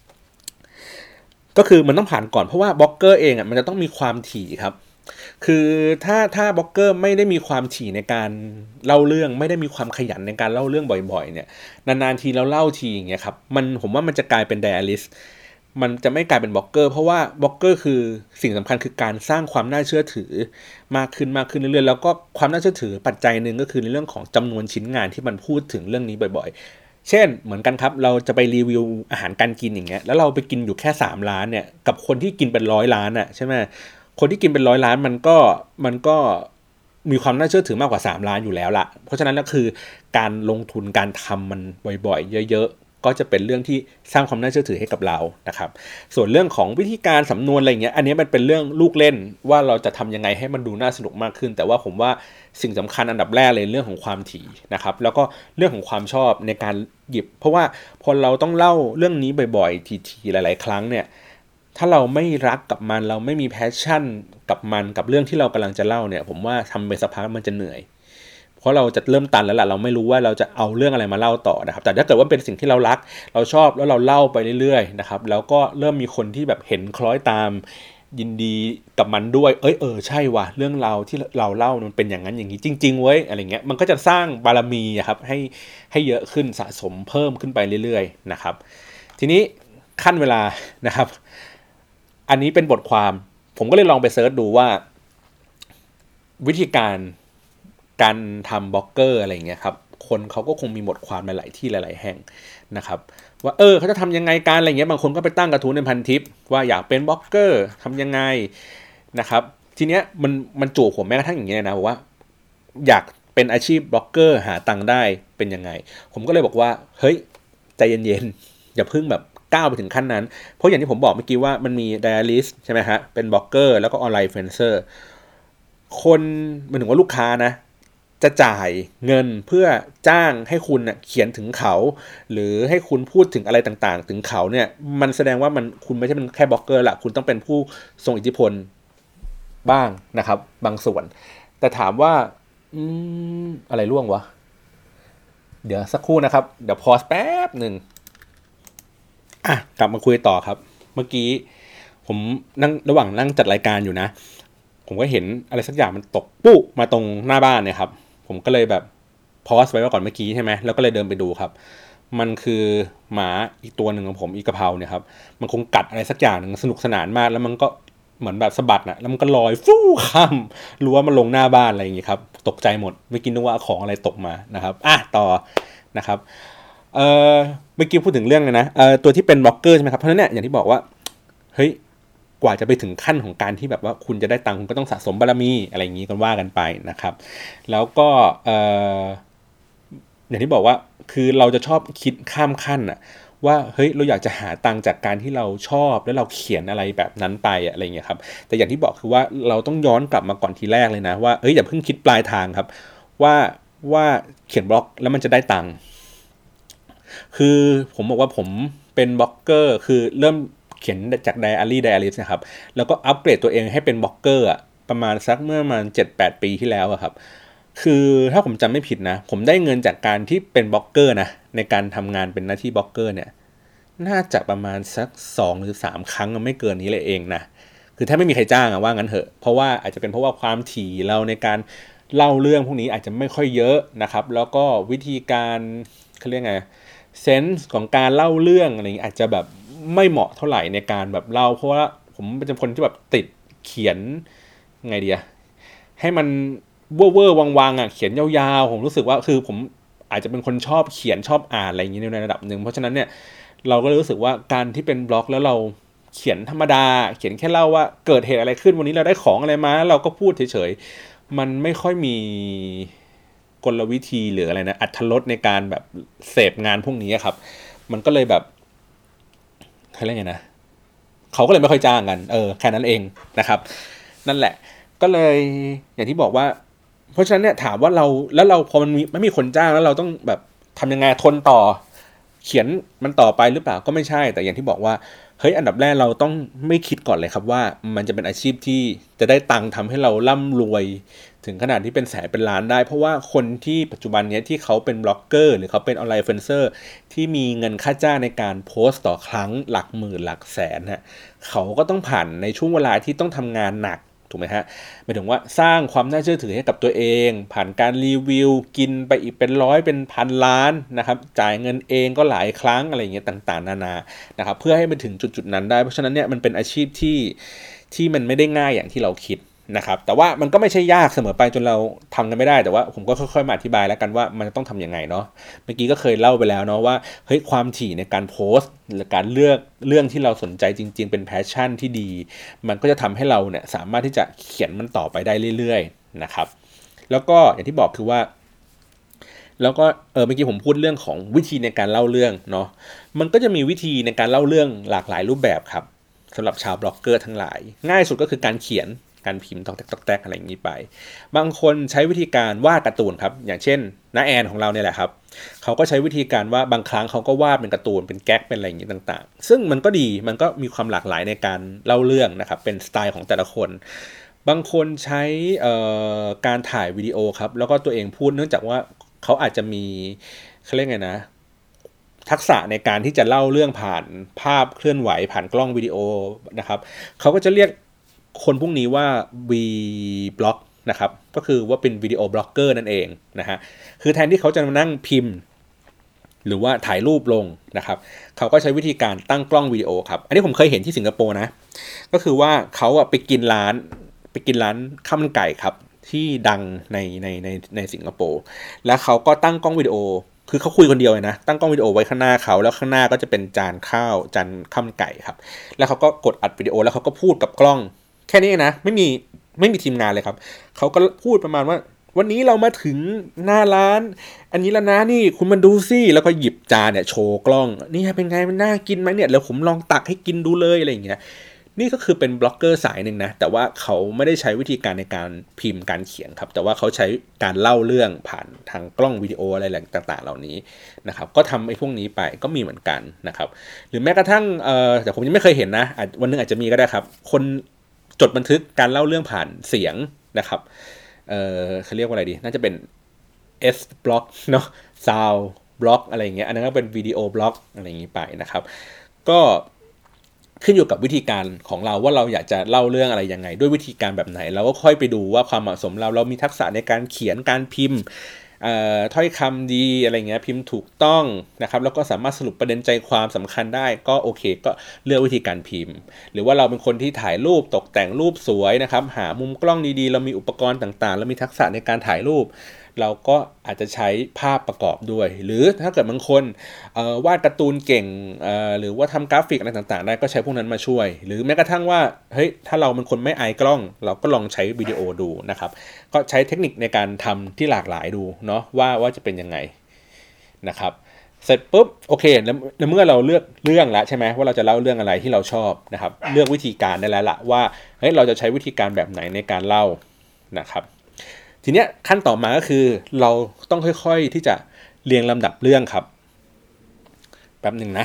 ก็คือมันต้องผ่านก่อนเพราะว่าบล็อกเกอร์เองมันจะต้องมีความถี่ครับคือถ้าบล็อกเกอร์ไม่ได้มีความถี่ในการเล่าเรื่องไม่ได้มีความขยันในการเล่าเรื่องบ่อยๆเนี่ยนานๆทีเราเล่าทีอย่างเงี้ยครับผมว่ามันจะกลายเป็นไดอาริสมันจะไม่กลายเป็นบล็อกเกอร์เพราะว่าบล็อกเกอร์คือสิ่งสำคัญคือการสร้างความน่าเชื่อถือมากขึ้นเรื่อยๆแล้วก็ความน่าเชื่อถือปัจจัยหนึ่งก็คือในเรื่องของจำนวนชิ้นงานที่มันพูดถึงเรื่องนี้บ่อยๆเช่นเหมือนกันครับเราจะไปรีวิวอาหารการกินอย่างเงี้ยแล้วเราไปกินอยู่แค่3 ร้านเนี่ยกับคนที่กินเป็น100 ร้านอ่ะใช่ไหมคนที่กินเป็น100 ร้านมันก็มีความน่าเชื่อถือมากกว่า3 ร้านอยู่แล้วล่ะเพราะฉะนั้นก็คือการลงทุนการทำมันบ่อยๆเยอะๆก็จะเป็นเรื่องที่สร้างความน่าเชื่อถือให้กับเรานะครับส่วนเรื่องของวิธีการสำนวนอะไรเงี้ยอันนี้มันเป็นเรื่องลูกเล่นว่าเราจะทำยังไงให้มันดูน่าสนุกมากขึ้นแต่ว่าผมว่าสิ่งสำคัญอันดับแรกเลยเรื่องของความถี่นะครับแล้วก็เรื่องของความชอบในการหยิบเพราะว่าพอเราต้องเล่าเรื่องนี้บ่อยๆทีๆหลายๆครั้งเนี่ยถ้าเราไม่รักกับมันเราไม่มีแพชชั่นกับมันกับเรื่องที่เรากำลังจะเล่าเนี่ยผมว่าทำไปสักพักมันจะเหนื่อยเพราะเราจะเริ่มตันแล้วล่ะเราไม่รู้ว่าเราจะเอาเรื่องอะไรมาเล่าต่อนะครับแต่ถ้าเกิดว่าเป็นสิ่งที่เรารักเราชอบแล้วเราเล่าไปเรื่อยๆนะครับแล้วก็เริ่มมีคนที่แบบเห็นคล้อยตามยินดีกับมันด้วยใช่ว่ะเรื่องเราที่เราเล่ามันเป็นอย่างนั้นอย่างนี้จริงๆเว้ยอะไรเงี้ยมันก็จะสร้างบารมีครับให้เยอะขึ้นสะสมเพิ่มขึ้นไปเรื่อยๆนะครับทีนี้ขั้นเวลานะครับอันนี้เป็นบทความผมก็เลยลองไปเซิร์ชดูว่าวิธีการทำบล็อกเกอร์อะไรเงี้ยครับคนเขาก็คงมีบทความหลายที่หลายๆแห่งนะครับว่าเขาจะทำยังไงกันอะไรเงี้ยบางคนก็ไปตั้งกระทู้ในพันทิปว่าอยากเป็นบล็อกเกอร์ทำยังไงนะครับทีเนี้ยมันจู่ผมแม้กระทั่งอย่างเงี้ยนะบอกว่าอยากเป็นอาชีพบล็อกเกอร์หาตังค์ได้เป็นยังไงผมก็เลยบอกว่าเฮ้ยใจเย็นๆอย่าเพิ่งแบบก้าวไปถึงขั้นนั้นเพราะอย่างที่ผมบอกเมื่อกี้ว่ามันมี diarist ใช่ไหมฮะเป็นบล็อกเกอร์แล้วก็ออนไลน์อินฟลูเอนเซอร์คนหมายถึงว่าลูกค้านะจะจ่ายเงินเพื่อจ้างให้คุณเขียนถึงเขาหรือให้คุณพูดถึงอะไรต่างๆถึงเขาเนี่ยมันแสดงว่าคุณไม่ใช่เป็นแค่บล็อกเกอร์ละคุณต้องเป็นผู้ทรงอิทธิพลบ้างนะครับบางส่วนแต่ถามว่าอะไรร่วงวะเดี๋ยวสักครู่นะครับเดี๋ยวพอสแป๊บหนึ่งกลับมาคุยต่อครับเมื่อกี้ผมนั่งระหว่างนั่งจัดรายการอยู่นะผมก็เห็นอะไรสักอย่างมันตกปุ๊บมาตรงหน้าบ้านเนี่ยครับผมก็เลยแบบพอสไว้ก่อนเมื่อกี้ใช่ไหมแล้วก็เลยเดินไปดูครับมันคือหมาอีกตัวหนึ่งของผมอีกะเพราเนี่ยครับมันคงกัดอะไรสักอย่างหนึ่งสนุกสนานมากแล้วมันก็เหมือนแบบสะบัดนะแล้วมันก็ลอยฟู่ข้ามรั้วมาลงหน้าบ้านอะไรอย่างงี้ครับตกใจหมดไม่คิดนึกว่าของอะไรตกมานะครับต่อนะครับเมื่อกี้พูดถึงเรื่องเลยนะตัวที่เป็นบล็อกเกอร์ใช่ไหมครับเพราะฉะนั้นเนี่ยอย่างที่บอกว่าเฮ้ยกว่าจะไปถึงขั้นของการที่แบบว่าคุณจะได้ตังค์คุณก็ต้องสะสมบารมีอะไรอย่างนี้กันว่ากันไปนะครับแล้วก็อย่างที่บอกว่าคือเราจะชอบคิดข้ามขั้นว่าเฮ้ยเราอยากจะหาตังค์จากการที่เราชอบแล้วเราเขียนอะไรแบบนั้นไปอะไรเงี้ยครับแต่อย่างที่บอกคือว่าเราต้องย้อนกลับมาก่อนทีแรกเลยนะว่าอย่าเพิ่งคิดปลายทางครับว่าเขียนบล็อกแล้วมันจะได้ตังค์คือผมบอกว่าผมเป็นบล็อกเกอร์คือเริ่มเขียนจากไดอารี่นะครับแล้วก็อัปเกรดตัวเองให้เป็นบล็อกเกอร์ประมาณสักเมื่อประมาณ 7-8 ปีที่แล้วครับคือถ้าผมจำไม่ผิดนะผมได้เงินจากการที่เป็นบล็อกเกอร์นะในการทำงานเป็นหน้าที่บล็อกเกอร์เนี่ยน่าจะประมาณสัก2 หรือ 3 ครั้งไม่เกินนี้เลยเองนะคือถ้าไม่มีใครจ้างว่างั้นเถอะเพราะว่าอาจจะเป็นเพราะว่าความถี่เราในการเล่าเรื่องพวกนี้อาจจะไม่ค่อยเยอะนะครับแล้วก็วิธีการเขาเรียกไงเซนส์ของการเล่าเรื่องอะไรอย่างนี้อาจจะแบบไม่เหมาะเท่าไหร่ในการแบบเล่าเพราะว่าผมเป็นคนที่แบบติดเขียนไงเดียให้มันเวอร์วังเขียนยาวๆผมรู้สึกว่าคือผมอาจจะเป็นคนชอบเขียนชอบอ่านอะไรอย่างนี้ในระดับหนึ่งเพราะฉะนั้นเนี่ยเราก็รู้สึกว่าการที่เป็นบล็อกแล้วเราเขียนธรรมดาเขียนแค่เล่าว่าเกิดเหตุอะไรขึ้นวันนี้เราได้ของอะไรมาเราก็พูดเฉยๆมันไม่ค่อยมีกลวิธีหรืออะไรนะอรรถรสในการแบบเสพงานพวกนี้ครับมันก็เลยแบบเขาเรียกไงนะเขาก็เลยไม่ค่อยจ้างกันแค่นั้นเองนะครับนั่นแหละก็เลยอย่างที่บอกว่าเพราะฉะนั้นเนี่ยถามว่าเราพอมันไม่มีคนจ้างแล้วเราต้องแบบทำยังไงทนต่อเขียนมันต่อไปหรือเปล่าก็ไม่ใช่แต่อย่างที่บอกว่าเฮ้ยอันดับแรกเราต้องไม่คิดก่อนเลยครับว่ามันจะเป็นอาชีพที่จะได้ตังค์ทำให้เราร่ำรวยถึงขนาดที่เป็นแสนเป็นล้านได้เพราะว่าคนที่ปัจจุบันนี้ที่เขาเป็นบล็อกเกอร์หรือเขาเป็นออนไลน์อินฟลูเอนเซอร์ที่มีเงินค่าจ้างในการโพสต์ต่อครั้งหลักหมื่นหลักแสนเขาก็ต้องผ่านในช่วงเวลาที่ต้องทำงานหนักถูกไหมฮะหมายถึงว่าสร้างความน่าเชื่อถือให้กับตัวเองผ่านการรีวิวกินไปอีกเป็นร้อยเป็นพันล้านนะครับจ่ายเงินเองก็หลายครั้งอะไรอย่างเงี้ยต่างๆนานานะครับเพื่อให้มันถึงจุดๆนั้นได้เพราะฉะนั้นเนี่ยมันเป็นอาชีพที่มันไม่ได้ง่ายอย่างที่เราคิดนะครับแต่ว่ามันก็ไม่ใช่ยากเสมอไปจนเราทำกันไม่ได้แต่ว่าผมก็ค่อยๆมาอธิบายแล้วกันว่ามันต้องทำยังไงเนาะเมื่อกี้ก็เคยเล่าไปแล้วเนาะว่าเฮ้ยความถี่ในการโพสต์หรือการเลือกเรื่องที่เราสนใจจริงๆเป็นแพชชั่นที่ดีมันก็จะทำให้เราเนี่ยสามารถที่จะเขียนมันต่อไปได้เรื่อยๆนะครับแล้วก็อย่างที่บอกคือว่าแล้วก็เมื่อกี้ผมพูดเรื่องของวิธีในการเล่าเรื่องเนาะมันก็จะมีวิธีในการเล่าเรื่องหลากหลายรูปแบบครับสำหรับชาวบล็อกเกอร์ทั้งหลายง่ายสุดก็คือการเขียนการพิมพ์ตอกแตกอะไรอย่างนี้ไปบางคนใช้วิธีการวาดการ์ตูนครับอย่างเช่นน้าแอนของเราเนี่ยแหละครับเขาก็ใช้วิธีการว่าบางครั้งเขาก็วาดเป็นการ์ตูนเป็นแก๊กเป็นอะไรอย่างนี้ต่างๆซึ่งมันก็ดีมันก็มีความหลากหลายในการเล่าเรื่องนะครับเป็นสไตล์ของแต่ละคนบางคนใช้การถ่ายวิดีโอครับแล้วก็ตัวเองพูดเนื่องจากว่าเขาอาจจะมีเขาเรียกไงนะทักษะในการที่จะเล่าเรื่องผ่านภาพเคลื่อนไหวผ่านกล้องวิดีโอนะครับเขาก็จะเรียกคนพวกนี้ว่า V-block นะครับก็คือว่าเป็นวิดีโอบล็อกเกอร์นั่นเองนะฮะคือแทนที่เขาจะมานั่งพิมพ์หรือว่าถ่ายรูปลงนะครับเขาก็ใช้วิธีการตั้งกล้องวิดีโอครับอันนี้ผมเคยเห็นที่สิงคโปร์นะก็คือว่าเขาไปกินร้านข้าวมันไก่ครับที่ดังในสิงคโปร์แล้วเขาก็ตั้งกล้องวิดีโอคือเขาคุยคนเดียวเลยนะตั้งกล้องวิดีโอไว้ข้างหน้าเขาแล้วข้างหน้าก็จะเป็นจานข้าวมันไก่ครับแล้วเขาก็กดอัดวิดีโอแล้วเขาก็พูดกับกล้องแค่นี้นะไม่มีทีมงานเลยครับเขาก็พูดประมาณว่าวันนี้เรามาถึงหน้าร้านอันนี้แล้วนะนี่คุณมาดูสิแล้วก็หยิบจานเนี่ยโชว์กล้องนี่เป็นไงมันน่ากินไหมเนี่ยแล้วผมลองตักให้กินดูเลยอะไรอย่างเงี้ยนี่ก็คือเป็นบล็อกเกอร์สายหนึ่งนะแต่ว่าเขาไม่ได้ใช้วิธีการในการพิมพ์การเขียนครับแต่ว่าเขาใช้การเล่าเรื่องผ่านทางกล้องวิดีโออะไรต่างๆเหล่านี้นะครับก็ทำไอ้พวกนี้ไปก็มีเหมือนกันนะครับหรือแม้กระทั่งแต่ผมยังไม่เคยเห็นนะวันนึงอาจจะมีก็ได้ครับคนจดบันทึกการเล่าเรื่องผ่านเสียงนะครับเขาเรียกว่าอะไรดีน่าจะเป็น S บล็อกเนาะ Sound บล็อกอะไรอย่างเงี้ยอันนั้นก็เป็นวิดีโอบล็อกอะไรอย่างงี้ไปนะครับก็ขึ้นอยู่กับวิธีการของเราว่าเราอยากจะเล่าเรื่องอะไรยังไงด้วยวิธีการแบบไหนเราก็ค่อยไปดูว่าความเหมาะสมเรามีทักษะในการเขียนการพิมพ์ถ้อยคำดีอะไรเงี้ยพิมพ์ถูกต้องนะครับแล้วก็สามารถสรุปประเด็นใจความสำคัญได้ก็โอเคก็เลือกวิธีการพิมพ์หรือว่าเราเป็นคนที่ถ่ายรูปตกแต่งรูปสวยนะครับหามุมกล้องดีๆเรามีอุปกรณ์ต่างๆแล้วมีทักษะในการถ่ายรูปเราก็อาจจะใช้ภาพประกอบด้วยหรือถ้าเกิดบางคนวาดการ์ตูนเก่งหรือว่าทำกราฟิกอะไรต่างๆได้ก็ใช้พวกนั้นมาช่วยหรือแม้กระทั่งว่าเฮ้ยถ้าเราเป็นคนไม่อายกล้องเราก็ลองใช้วิดีโอดูนะครับก็ใช้เทคนิคในการทำที่หลากหลายดูเนาะว่าจะเป็นยังไงนะครับเสร็จปุ๊บโอเคแล้วเมื่อเราเลือกเรื่องแล้วใช่ไหมว่าเราจะเล่าเรื่องอะไรที่เราชอบนะครับเลือกวิธีการได้แล้วละว่าเฮ้ยเราจะใช้วิธีการแบบไหนในการเล่านะครับทีเนี้ยขั้นต่อมาก็คือเราต้องค่อยๆที่จะเรียงลำดับเรื่องครับแป๊บหนึ่งนะ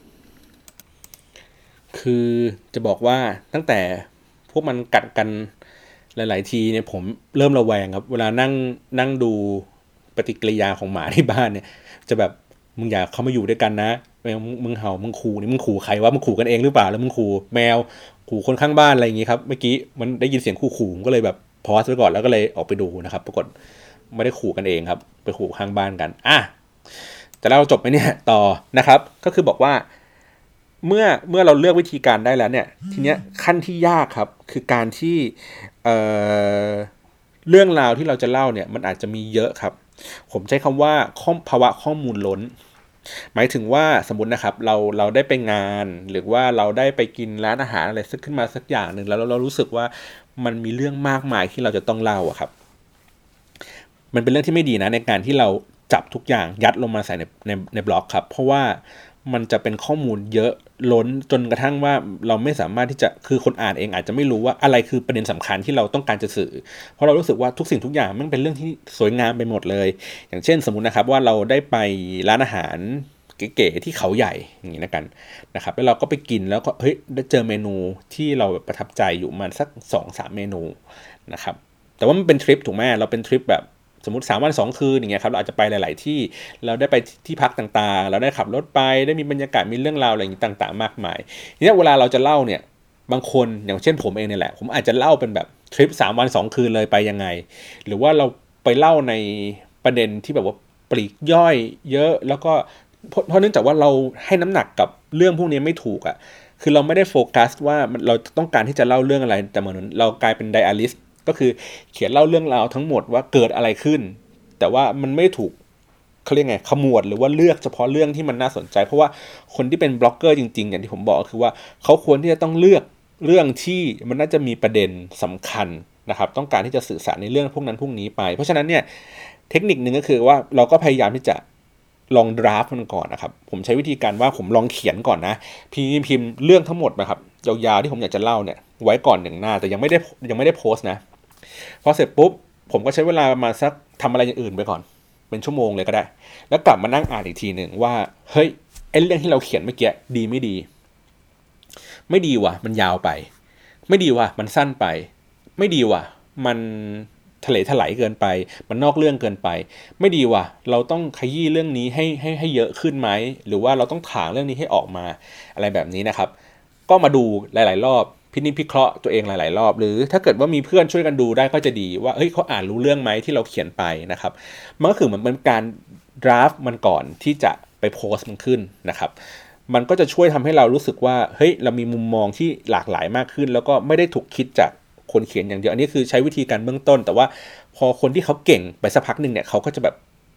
คือจะบอกว่าตั้งแต่พวกมันกัดกันหลายๆทีเนี่ยผมเริ่มระแวงครับเวลานั่งดูปฏิกิริยาของหมาที่บ้านเนี่ยจะแบบมึงอย่าเข้ามาอยู่ด้วยกันนะมึงเห่ามึงขู่นี่มึงขู่ใครวะมึงขู่กันเองหรือเปล่าแล้วมึงขู่แมวขู่คนข้างบ้านอะไรอย่างงี้ครับเมื่อกี้มันได้ยินเสียงขู่ก็เลยแบบพอสไว้ก่อนแล้วก็เลยออกไปดูนะครับปรากฏไม่ได้ขู่กันเองครับไปขู่ข้างบ้านกันแต่เราจบไหมเนี่ยต่อนะครับก็คือบอกว่าเมื่อเราเลือกวิธีการได้แล้วเนี่ยทีเนี้ยขั้นที่ยากครับคือการที่เอ่อเรื่องราวที่เราจะเล่าเนี่ยมันอาจจะมีเยอะครับผมใช้คำว่าภาวะข้อมูลล้นหมายถึงว่าสมมตินะครับเราได้ไปงานหรือว่าเราได้ไปกินร้านอาหารอะไรสักขึ้นมาสักอย่างหนึ่งแล้วเรารู้สึกว่ามันมีเรื่องมากมายที่เราจะต้องเล่าอะครับมันเป็นเรื่องที่ไม่ดีนะในการที่เราจับทุกอย่างยัดลงมาใส่ในบล็อกครับเพราะว่ามันจะเป็นข้อมูลเยอะล้นจนกระทั่งว่าเราไม่สามารถที่จะคือคนอ่านเองอาจจะไม่รู้ว่าอะไรคือประเด็นสำคัญที่เราต้องการจะสื่อเพราะเรารู้สึกว่าทุกสิ่งทุกอย่างมันเป็นเรื่องที่สวยงามไปหมดเลยอย่างเช่นสมมุตินะครับว่าเราได้ไปร้านอาหารเก๋ๆที่เขาใหญ่อย่างนี้นะครับแล้วเราก็ไปกินแล้วก็เฮ้ยได้เจอเมนูที่เราประทับใจอยู่มันสัก 2-3 เมนูนะครับแต่ว่ามันเป็นทริปถูกไหมเราเป็นทริปแบบสมมติ3 วัน 2 คืนอย่างเงี้ยครับเราอาจจะไปหลายๆที่เราได้ไปที่พักต่างๆเราได้ขับรถไปได้มีบรรยากาศมีเรื่องราวอะไรอย่างนี้ต่างๆมากมายทีนี้เวลาเราจะเล่าเนี่ยบางคนอย่างเช่นผมเองเนี่ยแหละผมอาจจะเล่าเป็นแบบทริป3 วัน 2 คืนเลยไปยังไงหรือว่าเราไปเล่าในประเด็นที่แบบว่าปลีกย่อยเยอะแล้วก็เพราะเนื่องจากว่าเราให้น้ำหนักกับเรื่องพวกนี้ไม่ถูกอ่ะคือเราไม่ได้โฟกัสว่าเราต้องการที่จะเล่าเรื่องอะไรแต่เหมือนเรากลายเป็นไดอาริสต์ก็คือเขียนเล่าเรื่องราวทั้งหมดว่าเกิดอะไรขึ้นแต่ว่ามันไม่ถูกเขาเรียกไงขมวดหรือว่าเลือกเฉพาะเรื่องที่มันน่าสนใจเพราะว่าคนที่เป็นบล็อกเกอร์จริงๆอย่างที่ผมบอกคือว่าเขาควรที่จะต้องเลือกเรื่องที่มันน่าจะมีประเด็นสำคัญนะครับต้องการที่จะสื่อสารในเรื่องพวกนั้นพวกนี้ไปเพราะฉะนั้นเนี่ยเทคนิคนึงก็คือว่าเราก็พยายามที่จะลองดราฟต์มันก่อนนะครับผมใช้วิธีการว่าผมลองเขียนก่อนนะพิมพ์เรื่องทั้งหมดนะครับยาวๆที่ผมอยากจะเล่าเนี่ยไว้ก่อน1 หน้าแต่ยังไม่ได้โพสต์นะพอเสร็จปุ๊บผมก็ใช้เวลามาสักทำอะไรอย่างอื่นไปก่อนเป็นชั่วโมงเลยก็ได้แล้วกลับมานั่งอ่านอีกทีหนึ่งว่าเฮ้ยไอ้เรื่องที่เราเขียนเมื่อกี้ดีไม่ดีไม่ดีว่ะมันยาวไปไม่ดีว่ะมันสั้นไปไม่ดีว่ะมันทะเลถลายเกินไปมันนอกเรื่องเกินไปไม่ดีว่ะเราต้องขยี้เรื่องนี้ให้เยอะขึ้นไหมหรือว่าเราต้องถางเรื่องนี้ให้ออกมาอะไรแบบนี้นะครับก็มาดูหลายๆรอบพินิจพิเคราะห์ตัวเองหลายๆรอบหรือถ้าเกิดว่ามีเพื่อนช่วยกันดูได้ก็จะดีว่าเฮ้ยเขาอ่านรู้เรื่องไหมที่เราเขียนไปนะครับมันก็คือเหมือนเป็นการดราฟต์มันก่อนที่จะไปโพสต์มันขึ้นนะครับมันก็จะช่วยทำให้เรารู้สึกว่าเฮ้ยเรามีมุมมองที่หลากหลายมากขึ้นแล้วก็ไม่ได้ถูกคิดจากคนเขียนอย่างเดียวอันนี้คือใช้วิธีการเบื้องต้นแต่ว่าพอคนที่เขาเก่งไปสักพักหนึ่งเนี่ยเขาก็จะแบบ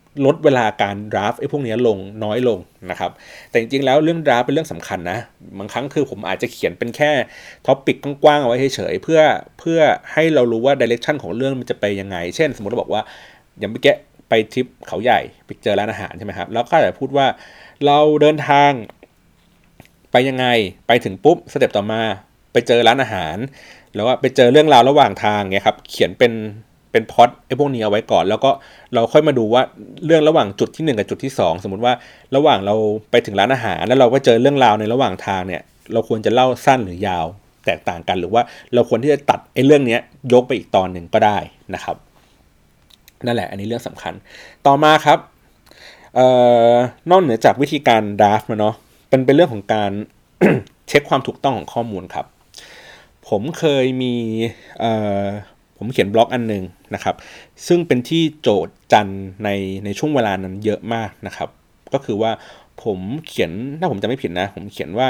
ลดเวลาการดราฟไอ้พวกนี้ลงน้อยลงนะครับแต่จริงๆแล้วเรื่องดราฟเป็นเรื่องสำคัญนะบางครั้งคือผมอาจจะเขียนเป็นแค่ท็อปิกกว้างๆเอาไว้เฉยๆเพื่อให้เรารู้ว่าดิเรกชันของเรื่องมันจะไปยังไงเช่นสมมติเราบอกว่าอย่างเมื่อกี้ไปทริปเขาใหญ่ไปเจอร้านอาหารใช่ไหมครับแล้วก็อาจจะพูดว่าเราเดินทางไปยังไงไปถึงปุ๊บสเต็ปต่อมาไปเจอร้านอาหารแล้วว่าไปเจอเรื่องราวระหว่างทางเงี้ยครับเขียนเป็นพล็อตไอ้พวกนี้เอาไว้ก่อนแล้วก็เราค่อยมาดูว่าเรื่องระหว่างจุดที่1กับจุดที่2สมมุติว่าระหว่างเราไปถึงร้านอาหารแล้วเราก็เจอเรื่องราวในระหว่างทางเนี่ยเราควรจะเล่าสั้นหรือยาวแตกต่างกันหรือว่าเราควรที่จะตัดไอ้เรื่องนี้ยกไปอีกตอนหนึ่งก็ได้นะครับนั่นแหละอันนี้เรื่องสำคัญต่อมาครับนอกเหนือจากวิธีการดราฟต์มาเนาะเป็นเรื่องของการ เช็คความถูกต้องของข้อมูลครับผมเคยมีผมเขียนบล็อกอันนึงนะครับซึ่งเป็นที่โจทย์จันในช่วงเวลานั้นเยอะมากนะครับก็คือว่าผมเขียนถ้าผมจำไม่ผิดนะผมเขียนว่า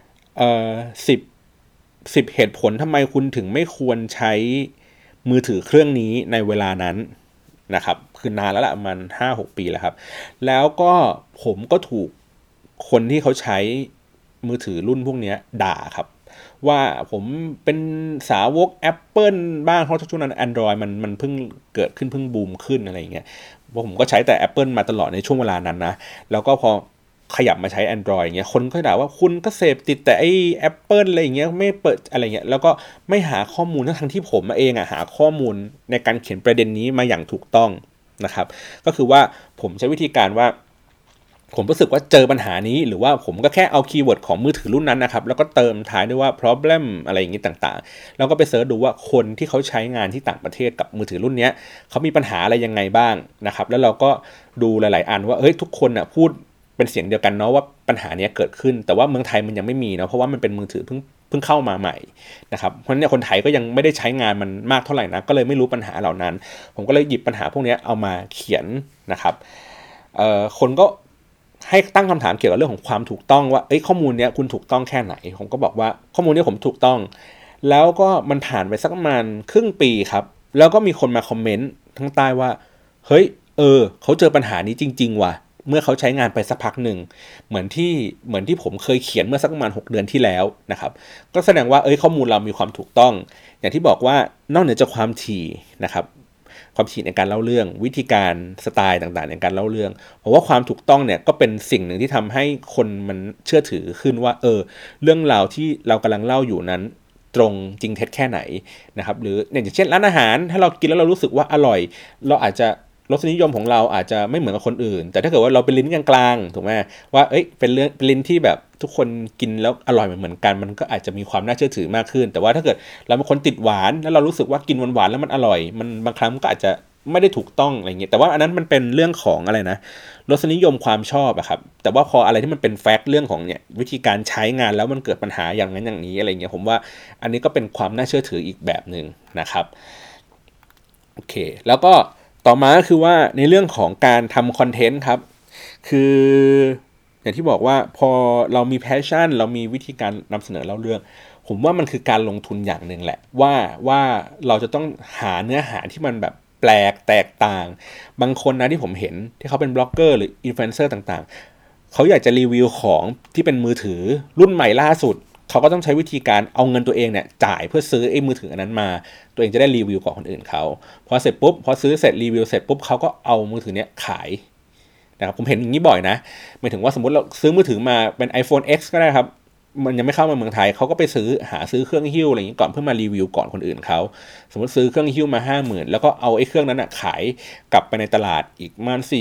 10เหตุผลทำไมคุณถึงไม่ควรใช้มือถือเครื่องนี้ในเวลานั้นนะครับคือนานแล้วละประมาณ 5-6 ปีแล้วครับแล้วก็ผมก็ถูกคนที่เขาใช้มือถือรุ่นพวกนี้ด่าครับว่าผมเป็นสาวก Apple บ้างเพราะช่วงนั้น Android มันเพิ่งเกิดขึ้นเพิ่งบูมขึ้นอะไรอย่างเงี้ยผมก็ใช้แต่ Apple มาตลอดในช่วงเวลานั้นนะแล้วก็พอขยับมาใช้ Android อย่างเงี้ยคนก็ด่าว่าคุณก็เสพติดแต่ไอ้ Apple อะไรอย่างเงี้ยไม่เปิดอะไรเงี้ยแล้วก็ไม่หาข้อมูลทั้งที่ผมเองหาข้อมูลในการเขียนประเด็นนี้มาอย่างถูกต้องนะครับก็คือว่าผมใช้วิธีการว่าผมรู้สึกว่าเจอปัญหานี้หรือว่าผมก็แค่เอาคีย์เวิร์ดของมือถือรุ่นนั้นนะครับแล้วก็เติมท้ายด้วยว่า problem อะไรอย่างนี้ต่างๆแล้วก็ไปเสิร์ชดูว่าคนที่เขาใช้งานที่ต่างประเทศกับมือถือรุ่นนี้เขามีปัญหาอะไรยังไงบ้างนะครับแล้วเราก็ดูหลายๆอันว่าเฮ้ยทุกคนพูดเป็นเสียงเดียวกันเนาะว่าปัญหานี้เกิดขึ้นแต่ว่าเมืองไทยมันยังไม่มีเนาะเพราะว่ามันเป็นมือถือเพิ่งเข้ามาใหม่นะครับเพราะฉะนั้นคนไทยก็ยังไม่ได้ใช้งานมันมากเท่าไหร่นะก็เลยไม่รู้ปัญหาเหล่านั้นผมก็เลยหยิบปัญหาพวกนี้เอามาเขียนนะครับคนก็ให้ตั้งคำถามเกี่ยวกับเรื่องของความถูกต้องว่าข้อมูลเนี้ยคุณถูกต้องแค่ไหนผมก็บอกว่าข้อมูลนี้ผมถูกต้องแล้วก็มันผ่านไปสักประมาณครึ่งปีครับแล้วก็มีคนมาคอมเมนต์ทั้งใต้ว่าเฮ้ยเขาเจอปัญหานี้จริงๆว่ะเมื่อเขาใช้งานไปสักพักหนึ่งเหมือนที่ผมเคยเขียนเมื่อสักประมาณ6 เดือนที่แล้วนะครับก็แสดงว่าข้อมูลเรามีความถูกต้องอย่างที่บอกว่านอกเหนือจากความถี่นะครับความถี่ในการเล่าเรื่องวิธีการสไตล์ต่างๆในการเล่าเรื่องผมว่าความถูกต้องเนี่ยก็เป็นสิ่งหนึ่งที่ทำให้คนมันเชื่อถือขึ้นว่าเรื่องราวที่เรากำลังเล่าอยู่นั้นตรงจริงเท็จแค่ไหนนะครับหรืออย่างเช่นร้านอาหารถ้าเรากินแล้วเรารู้สึกว่าอร่อยเราอาจจะรสนิยมของเราอาจจะไม่เหมือนกับคนอื่นแต่ถ้าเกิดว่าเราเป็นลิ้นกลางๆถูกไหมว่าเป็นลิ้นที่แบบทุกคนกินแล้วอร่อยเหมือนกันมันก็อาจจะมีความน่าเชื่อถือมากขึ้นแต่ว่าถ้าเกิดเราเป็นคนติดหวานแล้วเรารู้สึกว่ากินหวานๆแล้วมันอร่อยมันบางครั้งก็อาจจะไม่ได้ถูกต้องอะไรเงี้ยแต่ว่าอันนั้นมันเป็นเรื่องของอะไรนะรสนิยมความชอบอะครับแต่ว่าพออะไรที่มันเป็นแฟกต์เรื่องของเนี่ยวิธีการใช้งานแล้วมันเกิดปัญหาอย่างนั้นอย่างนี้อะไรเงี้ยผมว่าอันนี้ก็เป็นความน่าเชื่อถืออีกแบบนึงนะครับโอเคแล้วก็ต่อมาก็คือว่าในเรื่องของการทำคอนเทนต์ครับคืออย่างที่บอกว่าพอเรามีแพชชั่นเรามีวิธีการนำเสนอเล่าเรื่องผมว่ามันคือการลงทุนอย่างหนึ่งแหละว่าเราจะต้องหาเนื้อหาที่มันแบบแปลกแตกต่างบางคนนะที่ผมเห็นที่เขาเป็นบล็อกเกอร์หรืออินฟลูเอนเซอร์ต่างๆเขาอยากจะรีวิวของที่เป็นมือถือรุ่นใหม่ล่าสุดเขาก็ต้องใช้วิธีการเอาเงินตัวเองเนี่ยจ่ายเพื่อซื้อมือถืออันนั้นมาตัวเองจะได้รีวิวก่อนคนอื่นเขาพอซื้อเสร็จรีวิวเสร็จปุ๊บเขาก็เอามือถือเนี้ยขายนะครับผมเห็นอย่างนี้บ่อยนะหมายถึงว่าสมมติเราซื้อมือถือมาเป็น iPhone X ก็ได้ครับมันยังไม่เข้ามาเมืองไทยเขาก็ไปหาซื้อเครื่องหิ้วอะไรอย่างนี้ก่อนเพื่อมารีวิวก่อนคนอื่นเขาสมมติซื้อเครื่องหิ้วมา 50,000 แล้วก็เอาเครื่องนั้นขายกลับไปในตลาดอีกประมาณ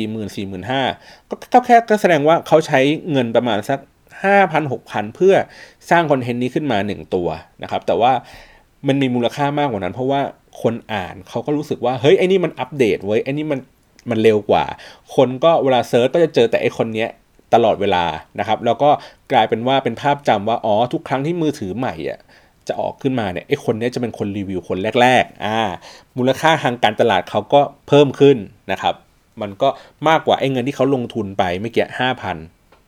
40,000 45,000ก็แสดงว่าเขาใช้เงินประมาณสัก5,000-6,000 เพื่อสร้างคอนเทนต์นี้ขึ้นมา1ตัวนะครับแต่ว่ามันมีมูลค่ามากกว่านั้นเพราะว่าคนอ่านเขาก็รู้สึกว่าเฮ้ยไอ้นี่มันอัปเดตเว้ยไอ้นี่มันเร็วกว่าคนก็เวลาเซิร์ชก็จะเจอแต่ไอ้คนเนี้ยตลอดเวลานะครับแล้วก็กลายเป็นว่าเป็นภาพจำว่าทุกครั้งที่มือถือใหม่จะออกขึ้นมาเนี่ยไอ้คนนี้จะเป็นคนรีวิวคนแรกๆมูลค่าทางการตลาดเขาก็เพิ่มขึ้นนะครับมันก็มากกว่าไอ้เงินที่เขาลงทุนไปเมื่อกี้ 5,000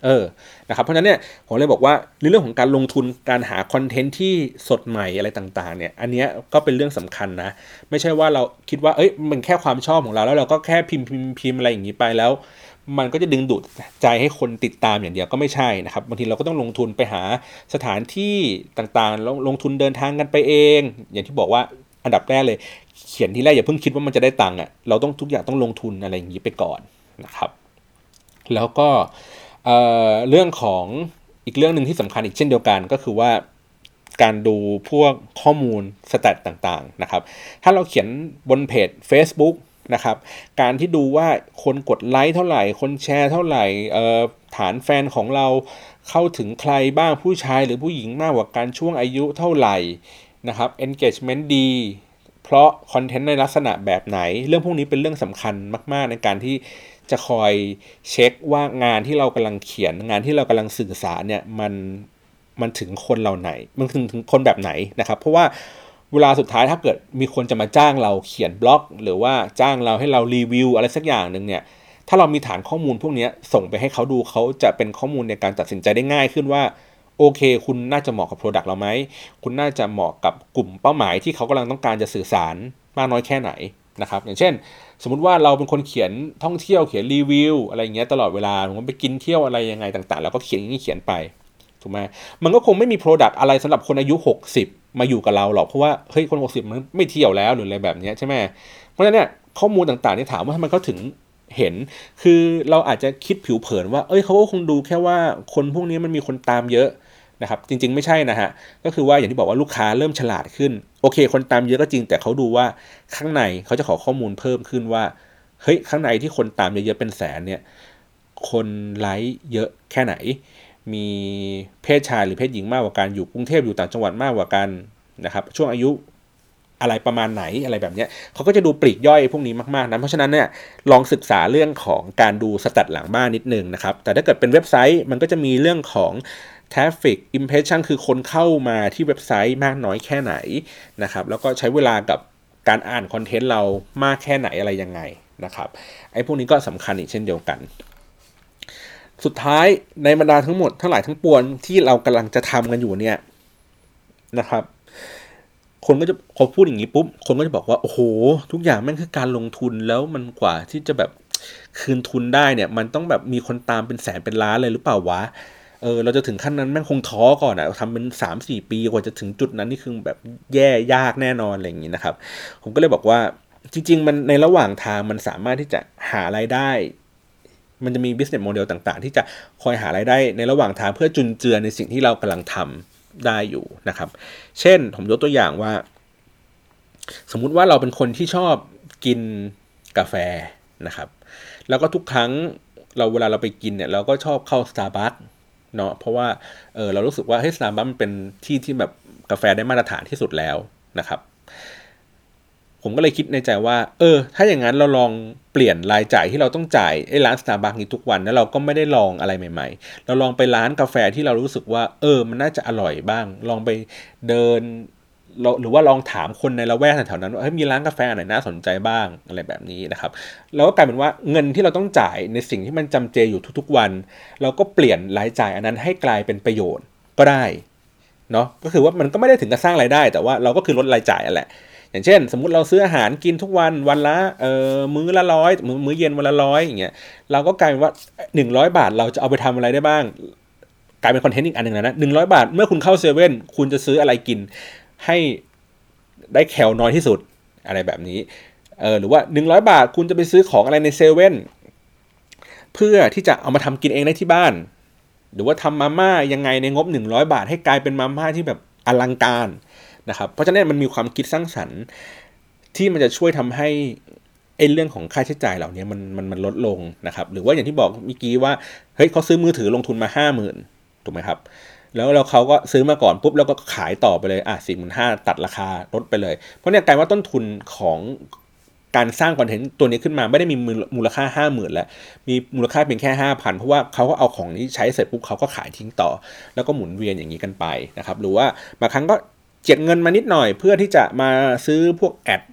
นะครับเพราะฉะนั้นเนี่ยผมเลยบอกว่าในเรื่องของการลงทุนการหาคอนเทนต์ที่สดใหม่อะไรต่างๆเนี่ยอันเนี้ยก็เป็นเรื่องสำคัญนะไม่ใช่ว่าเราคิดว่ามันแค่ความชอบของเราแล้วเราก็แค่พิมพ์อะไรอย่างนี้ไปแล้วมันก็จะดึงดูดใจให้คนติดตามอย่างเดียวก็ไม่ใช่นะครับบางทีเราก็ต้องลงทุนไปหาสถานที่ต่างๆลงทุนเดินทางกันไปเองอย่างที่บอกว่าอันดับแรกเลยเขียนที่แรกอย่าเพิ่งคิดว่ามันจะได้ตังค์อ่ะเราต้องทุกอย่างต้องลงทุนอะไรอย่างนี้ไปก่อนนะครับแล้วก็เรื่องของอีกเรื่องหนึ่งที่สำคัญอีกเช่นเดียวกันก็คือว่าการดูพวกข้อมูลสแตทต่างๆนะครับถ้าเราเขียนบนเพจ Facebook นะครับการที่ดูว่าคนกดไลค์เท่าไหร่คนแชร์เท่าไหร่ฐานแฟนของเราเข้าถึงใครบ้างผู้ชายหรือผู้หญิงมากกว่ากันช่วงอายุเท่าไหร่นะครับ engagement ดีเพราะคอนเทนต์ในลักษณะแบบไหนเรื่องพวกนี้เป็นเรื่องสำคัญมากๆในการที่จะคอยเช็คว่างานที่เรากำลังเขียนงานที่เรากำลังสื่อสารเนี่ยมันถึงคนเราไหนมันถึงคนแบบไหนนะครับเพราะว่าเวลาสุดท้ายถ้าเกิดมีคนจะมาจ้างเราเขียนบล็อกหรือว่าจ้างเราให้เรารีวิวอะไรสักอย่างหนึ่งเนี่ยถ้าเรามีฐานข้อมูลพวกนี้ส่งไปให้เขาดูเขาจะเป็นข้อมูลในการตัดสินใจได้ง่ายขึ้นว่าโอเคคุณน่าจะเหมาะกับ Product เราไหมคุณน่าจะเหมาะกับกลุ่มเป้าหมายที่เขากำลังต้องการจะสื่อสารมากน้อยแค่ไหนนะครับอย่างเช่นสมมุติว่าเราเป็นคนเขียนท่องเที่ยวเขียนรีวิวอะไรอย่างเงี้ยตลอดเวลาผมไปกินเที่ยวอะไรยังไงต่างๆแล้วก็เขียนอย่างนี้เขียนไปถูกไหมมันก็คงไม่มี Product อะไรสำหรับคนอายุ60มาอยู่กับเราหรอกเพราะว่าเฮ้ยคน60มันไม่เที่ยวแล้วหรืออะไรแบบนี้ใช่ไหมเพราะฉะนั้นเนี่ยข้อมูลต่างๆนี่ถามว่าทำไมเขาถึงเห็นคือเราอาจจะคิดผิวเผินว่าเขาก็คงดูแค่ว่าคนพวกนี้มันมีคนตามเยอะนะครับจริงๆไม่ใช่นะฮะก็คือว่าอย่างที่บอกว่าลูกค้าเริ่มฉลาดขึ้นโอเคคนตามเยอะก็จริงแต่เขาดูว่าข้างในเขาจะขอข้อมูลเพิ่มขึ้นว่าเฮ้ยข้างในที่คนตามเยอะๆเป็นแสนเนี่ยคนไลค์เยอะแค่ไหนมีเพศชายหรือเพศหญิงมากกว่ากันอยู่กรุงเทพอยู่ต่างจังหวัดมากกว่ากันนะครับช่วงอายุอะไรประมาณไหนอะไรแบบนี้เขาก็จะดูปลีกย่อยพวกนี้มากๆนะเพราะฉะนั้นเนี่ยลองศึกษาเรื่องของการดูสแตทหลังบ้านนิดนึงนะครับแต่ถ้าเกิดเป็นเว็บไซต์มันก็จะมีเรื่องของ traffic impression คือคนเข้ามาที่เว็บไซต์มากน้อยแค่ไหนนะครับแล้วก็ใช้เวลากับการอ่านคอนเทนต์เรามากแค่ไหนอะไรยังไงนะครับไอ้พวกนี้ก็สำคัญอีกเช่นเดียวกันสุดท้ายในบรรดาทั้งหมดทั้งหลายทั้งปวงที่เรากำลังจะทำกันอยู่เนี่ยนะครับคนก็จะพอพูดอย่างนี้ปุ๊บคนก็จะบอกว่าโอ้โหทุกอย่างแม่งคือการลงทุนแล้วมันกว่าที่จะแบบคืนทุนได้เนี่ยมันต้องแบบมีคนตามเป็นแสนเป็นล้านเลยหรือเปล่าวะเราจะถึงขั้นนั้นแม่งคงท้อก่อนทำเป็น 3-4 ปีกว่าจะถึงจุดนั้นนี่คือแบบแย่ยากแน่นอนอะไรอย่างนี้นะครับผมก็เลยบอกว่าจริงๆมันในระหว่างทางมันสามารถที่จะหารายได้มันจะมี business model ต่างๆที่จะคอยหารายได้ในระหว่างทางเพื่อจุนเจือในสิ่งที่เรากำลังทำได้อยู่นะครับเช่นผมยกตัวอย่างว่าสมมุติว่าเราเป็นคนที่ชอบกินกาแฟนะครับแล้วก็ทุกครั้งเวลาเราไปกินเนี่ยเราก็ชอบเข้า Starbucks เนาะเพราะว่าเรารู้สึกว่าเฮ้ย Starbucks มันเป็นที่แบบกาแฟได้มาตรฐานที่สุดแล้วนะครับผมก็เลยคิดในใจว่าถ้าอย่างนั้นเราลองเปลี่ยนรายจ่ายที่เราต้องจ่ายร้าน Starbucks นี้ทุกวันแล้วเราก็ไม่ได้ลองอะไรใหม่ๆเราลองไปร้านกาแฟที่เรารู้สึกว่ามันน่าจะอร่อยบ้างลองไปเดินหรือว่าลองถามคนในละแวกแถวๆนั้นว่ามีร้านกาแฟไหนน่าสนใจบ้างอะไรแบบนี้นะครับแล้วก็กลายเป็นว่าเงินที่เราต้องจ่ายในสิ่งที่มันจำเจอยู่ทุกๆวันเราก็เปลี่ยนรายจ่ายอันนั้นให้กลายเป็นประโยชน์ก็ได้เนาะก็คือว่ามันก็ไม่ได้ถึงกับสร้างรายได้แต่ว่าเราก็คือลดรายจ่ายนั่นแหละอย่างเช่นสมมุติเราซื้ออาหารกินทุกวันละมื้อละ100มื้อเย็นวันละ100อย่างเงี้ยเราก็กลายเป็นว่า100 บาทเราจะเอาไปทำอะไรได้บ้างกลายเป็นคอนเทนต์อีกอันนึงนะ100 บาทเมื่อคุณเข้าเซเว่นคุณจะซื้ออะไรกินให้ได้แคลน้อยที่สุดอะไรแบบนี้หรือว่า100 บาทคุณจะไปซื้อของอะไรในเซเว่นเพื่อที่จะเอามาทำกินเองได้ที่บ้านหรือว่าทำมาม่ายังไงในงบ100 บาทให้กลายเป็นมาม่าที่แบบอลังการนะครับเพราะฉะนั้นมันมีความคิดสร้างสรรค์ที่มันจะช่วยทำให้เรื่องของค่าใช้จ่ายเหล่านี้มันลดลงนะครับหรือว่าอย่างที่บอกเมื่อกี้ว่าเฮ้ยเขาซื้อมือถือลงทุนมา 50,000 ถูกไหมครับแล้วเขาก็ซื้อมาก่อนปุ๊บแล้วก็ขายต่อไปเลย45,000ตัดราคาลดไปเลยเพราะเนี่ยกลายว่าต้นทุนของการสร้างคอนเทนต์ตัวนี้ขึ้นมาไม่ได้มีมูลค่า 50,000 แล้วมีมูลค่าเพียงแค่ 5,000 เพราะว่าเขาก็เอาของนี้ใช้เสร็จปุ๊บเขาก็ขายทิ้งต่อแล้วก็หมุนเวียนอย่างนี้กันไปนะครับหรือว่าบางครั้งก็เจียดเงินมานิดหน่อยเพื่อที่จะมาซื้อพวกแอด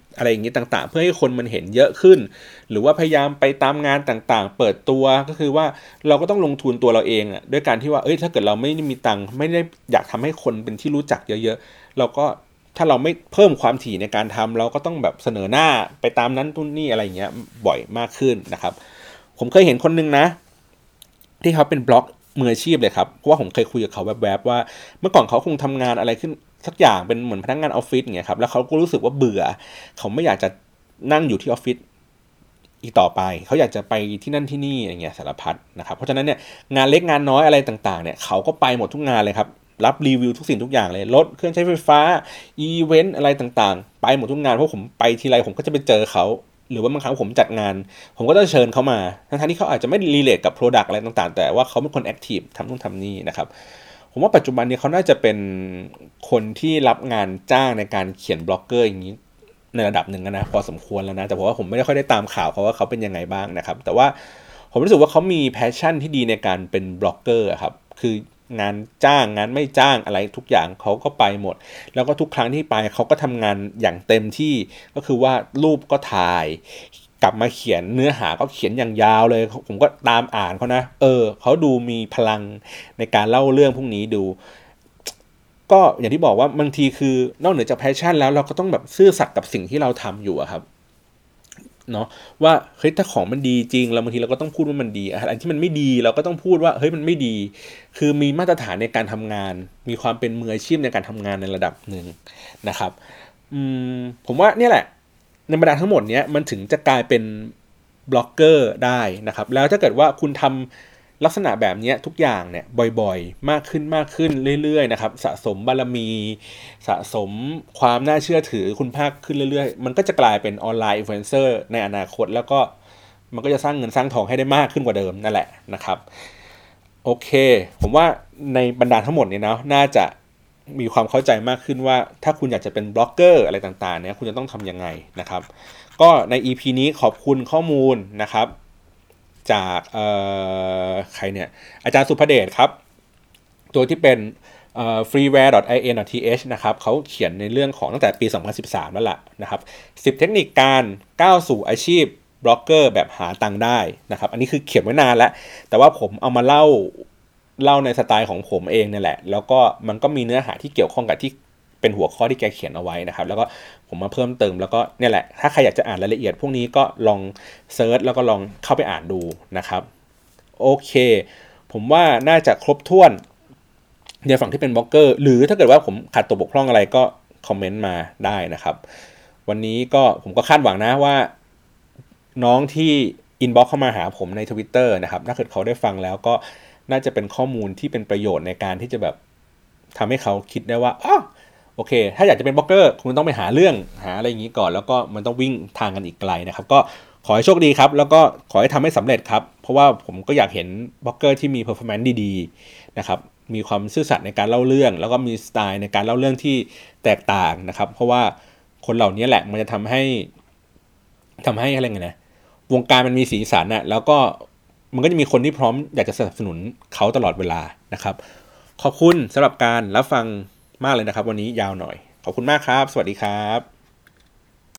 อะไรอย่างนี้ต่างๆเพื่อให้คนมันเห็นเยอะขึ้นหรือว่าพยายามไปตามงานต่างๆเปิดตัวก็คือว่าเราก็ต้องลงทุนตัวเราเองอ่ะด้วยการที่ว่าถ้าเกิดเราไม่ได้มีตังค์ไม่ได้อยากทำให้คนเป็นที่รู้จักเยอะๆเราก็ถ้าเราไม่เพิ่มความถี่ในการทำเราก็ต้องแบบเสนอหน้าไปตามนั้นทุนนี่อะไรอย่างเงี้ยบ่อยมากขึ้นนะครับผมเคยเห็นคนนึงนะที่เขาเป็นบล็อกมืออาชีพเลยครับเพราะว่าผมเคยคุยกับเขาแวบๆว่าเมื่อก่อนเขาคงทำงานอะไรขึ้นสักอย่างเป็นเหมือนพนักงานออฟฟิศอย่างเงี้ยครับแล้วเขาก็รู้สึกว่าเบื่อเขาไม่อยากจะนั่งอยู่ที่ออฟฟิศอีกต่อไปเขาอยากจะไปที่นั่นที่นี่อย่างเงี้ยสารพัดนะครับเพราะฉะนั้นเนี่ยงานเล็กงานน้อยอะไรต่างๆเนี่ยเขาก็ไปหมดทุกงานเลยครับรับรีวิวทุกสิ่งทุกอย่างเลยรถเครื่องใช้ไฟฟ้าอีเวนต์อะไรต่างๆไปหมดทุกงานเพราะผมไปทีไรผมก็จะไปเจอเขาหรือว่าบางครั้งผมจัดงานผมก็จะเชิญเขามาทั้งที่เขาอาจจะไม่รีเลทกับ Product อะไรต่างๆแต่ว่าเขาเป็นคนแอคทีฟทำนู่นทำนี่นะครับผมว่าปัจจุบันนี้เขาน่าจะเป็นคนที่รับงานจ้างในการเขียนบล็อกเกอร์อย่างนี้ในระดับหนึ่งนะพอสมควรแล้วนะแต่ว่าผมไม่ได้ค่อยได้ตามข่าวเขาว่าเขาเป็นยังไงบ้างนะครับแต่ว่าผมรู้สึกว่าเขามีแพชชั่นที่ดีในการเป็นบล็อกเกอร์ครับคืองานจ้างงานไม่จ้างอะไรทุกอย่างเขาก็ไปหมดแล้วก็ทุกครั้งที่ไปเขาก็ทำงานอย่างเต็มที่ก็คือว่ารูปก็ถ่ายกลับมาเขียนเนื้อหาก็เขียนอย่างยาวเลยผมก็ตามอ่านเขานะเขาดูมีพลังในการเล่าเรื่องพวกนี้ดูก็อย่างที่บอกว่าบางทีคือนอกเหนือจากแพชชั่นแล้วเราก็ต้องแบบซื่อสัตย์กับสิ่งที่เราทำอยู่อะครับเนาะว่าเฮ้ยถ้าของมันดีจริงเราบางทีเราก็ต้องพูดว่ามันดีอะไรที่มันไม่ดีเราก็ต้องพูดว่าเฮ้ยมันไม่ดีคือมีมาตรฐานในการทำงานมีความเป็นมืออาชีพในการทำงานในระดับหนึ่งนะครับผมว่าเนี่ยแหละในบรรดาทั้งหมดเนี้ยมันถึงจะกลายเป็นบล็อกเกอร์ได้นะครับแล้วถ้าเกิดว่าคุณทำลักษณะแบบนี้ทุกอย่างเนี่ยบ่อยๆมากขึ้นเรื่อยๆนะครับสะสมบารมีสะสมความน่าเชื่อถือคุณภาคขึ้นเรื่อยๆมันก็จะกลายเป็นออนไลน์อินฟลูเอนเซอร์ในอนาคตแล้วก็มันก็จะสร้างเงินสร้างทองให้ได้มากขึ้นกว่าเดิมนั่นแหละนะครับโอเคผมว่าในบรรดาทั้งหมดเนี่ยนะน่าจะมีความเข้าใจมากขึ้นว่าถ้าคุณอยากจะเป็นบล็อกเกอร์อะไรต่างๆเนี่ยคุณจะต้องทำยังไงนะครับก็ใน EP นี้ขอบคุณข้อมูลนะครับจากใครเนี่ยอาจารย์สุภเดชครับตัวที่เป็นfreeware.in.th นะครับเขาเขียนในเรื่องของตั้งแต่ปี 2013 แล้วล่ะนะครับ10 เทคนิคการก้าวสู่อาชีพบล็อกเกอร์แบบหาตังค์ได้นะครับอันนี้คือเขียนไว้นานแล้วแต่ว่าผมเอามาเล่าในสไตล์ของผมเองนี่แหละแล้วก็มันก็มีเนื้อหาที่เกี่ยวข้องกับที่เป็นหัวข้อที่แกเขียนเอาไว้นะครับแล้วก็ผมมาเพิ่มเติมแล้วก็เนี่ยแหละถ้าใครอยากจะอ่านรายละเอียดพวกนี้ก็ลองเซิร์ชแล้วก็ลองเข้าไปอ่านดูนะครับโอเคผมว่าน่าจะครบถ้วนในฝั่งที่เป็นบล็อกเกอร์หรือถ้าเกิดว่าผมขาดตกบกพร่องอะไรก็คอมเมนต์มาได้นะครับวันนี้ก็ผมก็คาดหวังนะว่าน้องที่อินบ็อกเข้ามาหาผมใน Twitter นะครับถ้าเกิดเขาได้ฟังแล้วก็น่าจะเป็นข้อมูลที่เป็นประโยชน์ในการที่จะแบบทำให้เขาคิดได้ว่าโอเคถ้าอยากจะเป็นบล็อกเกอร์คุณต้องไปหาเรื่องหาอะไรอย่างนี้ก่อนแล้วก็มันต้องวิ่งทางกันอีกไกลนะครับก็ขอให้โชคดีครับแล้วก็ขอให้ทำให้สำเร็จครับเพราะว่าผมก็อยากเห็นบล็อกเกอร์ที่มี performance ดีๆนะครับมีความซื่อสัตย์ในการเล่าเรื่องแล้วก็มีสไตล์ในการเล่าเรื่องที่แตกต่างนะครับเพราะว่าคนเหล่านี้แหละมันจะทำให้อะไรเงี้ยนะวงการมันมีสีสันนะแล้วก็มันก็จะมีคนที่พร้อมอยากจะสนับสนุนเขาตลอดเวลานะครับขอบคุณสำหรับการรับฟังมากเลยนะครับวันนี้ยาวหน่อยขอบคุณมากครับสวัสดีครับ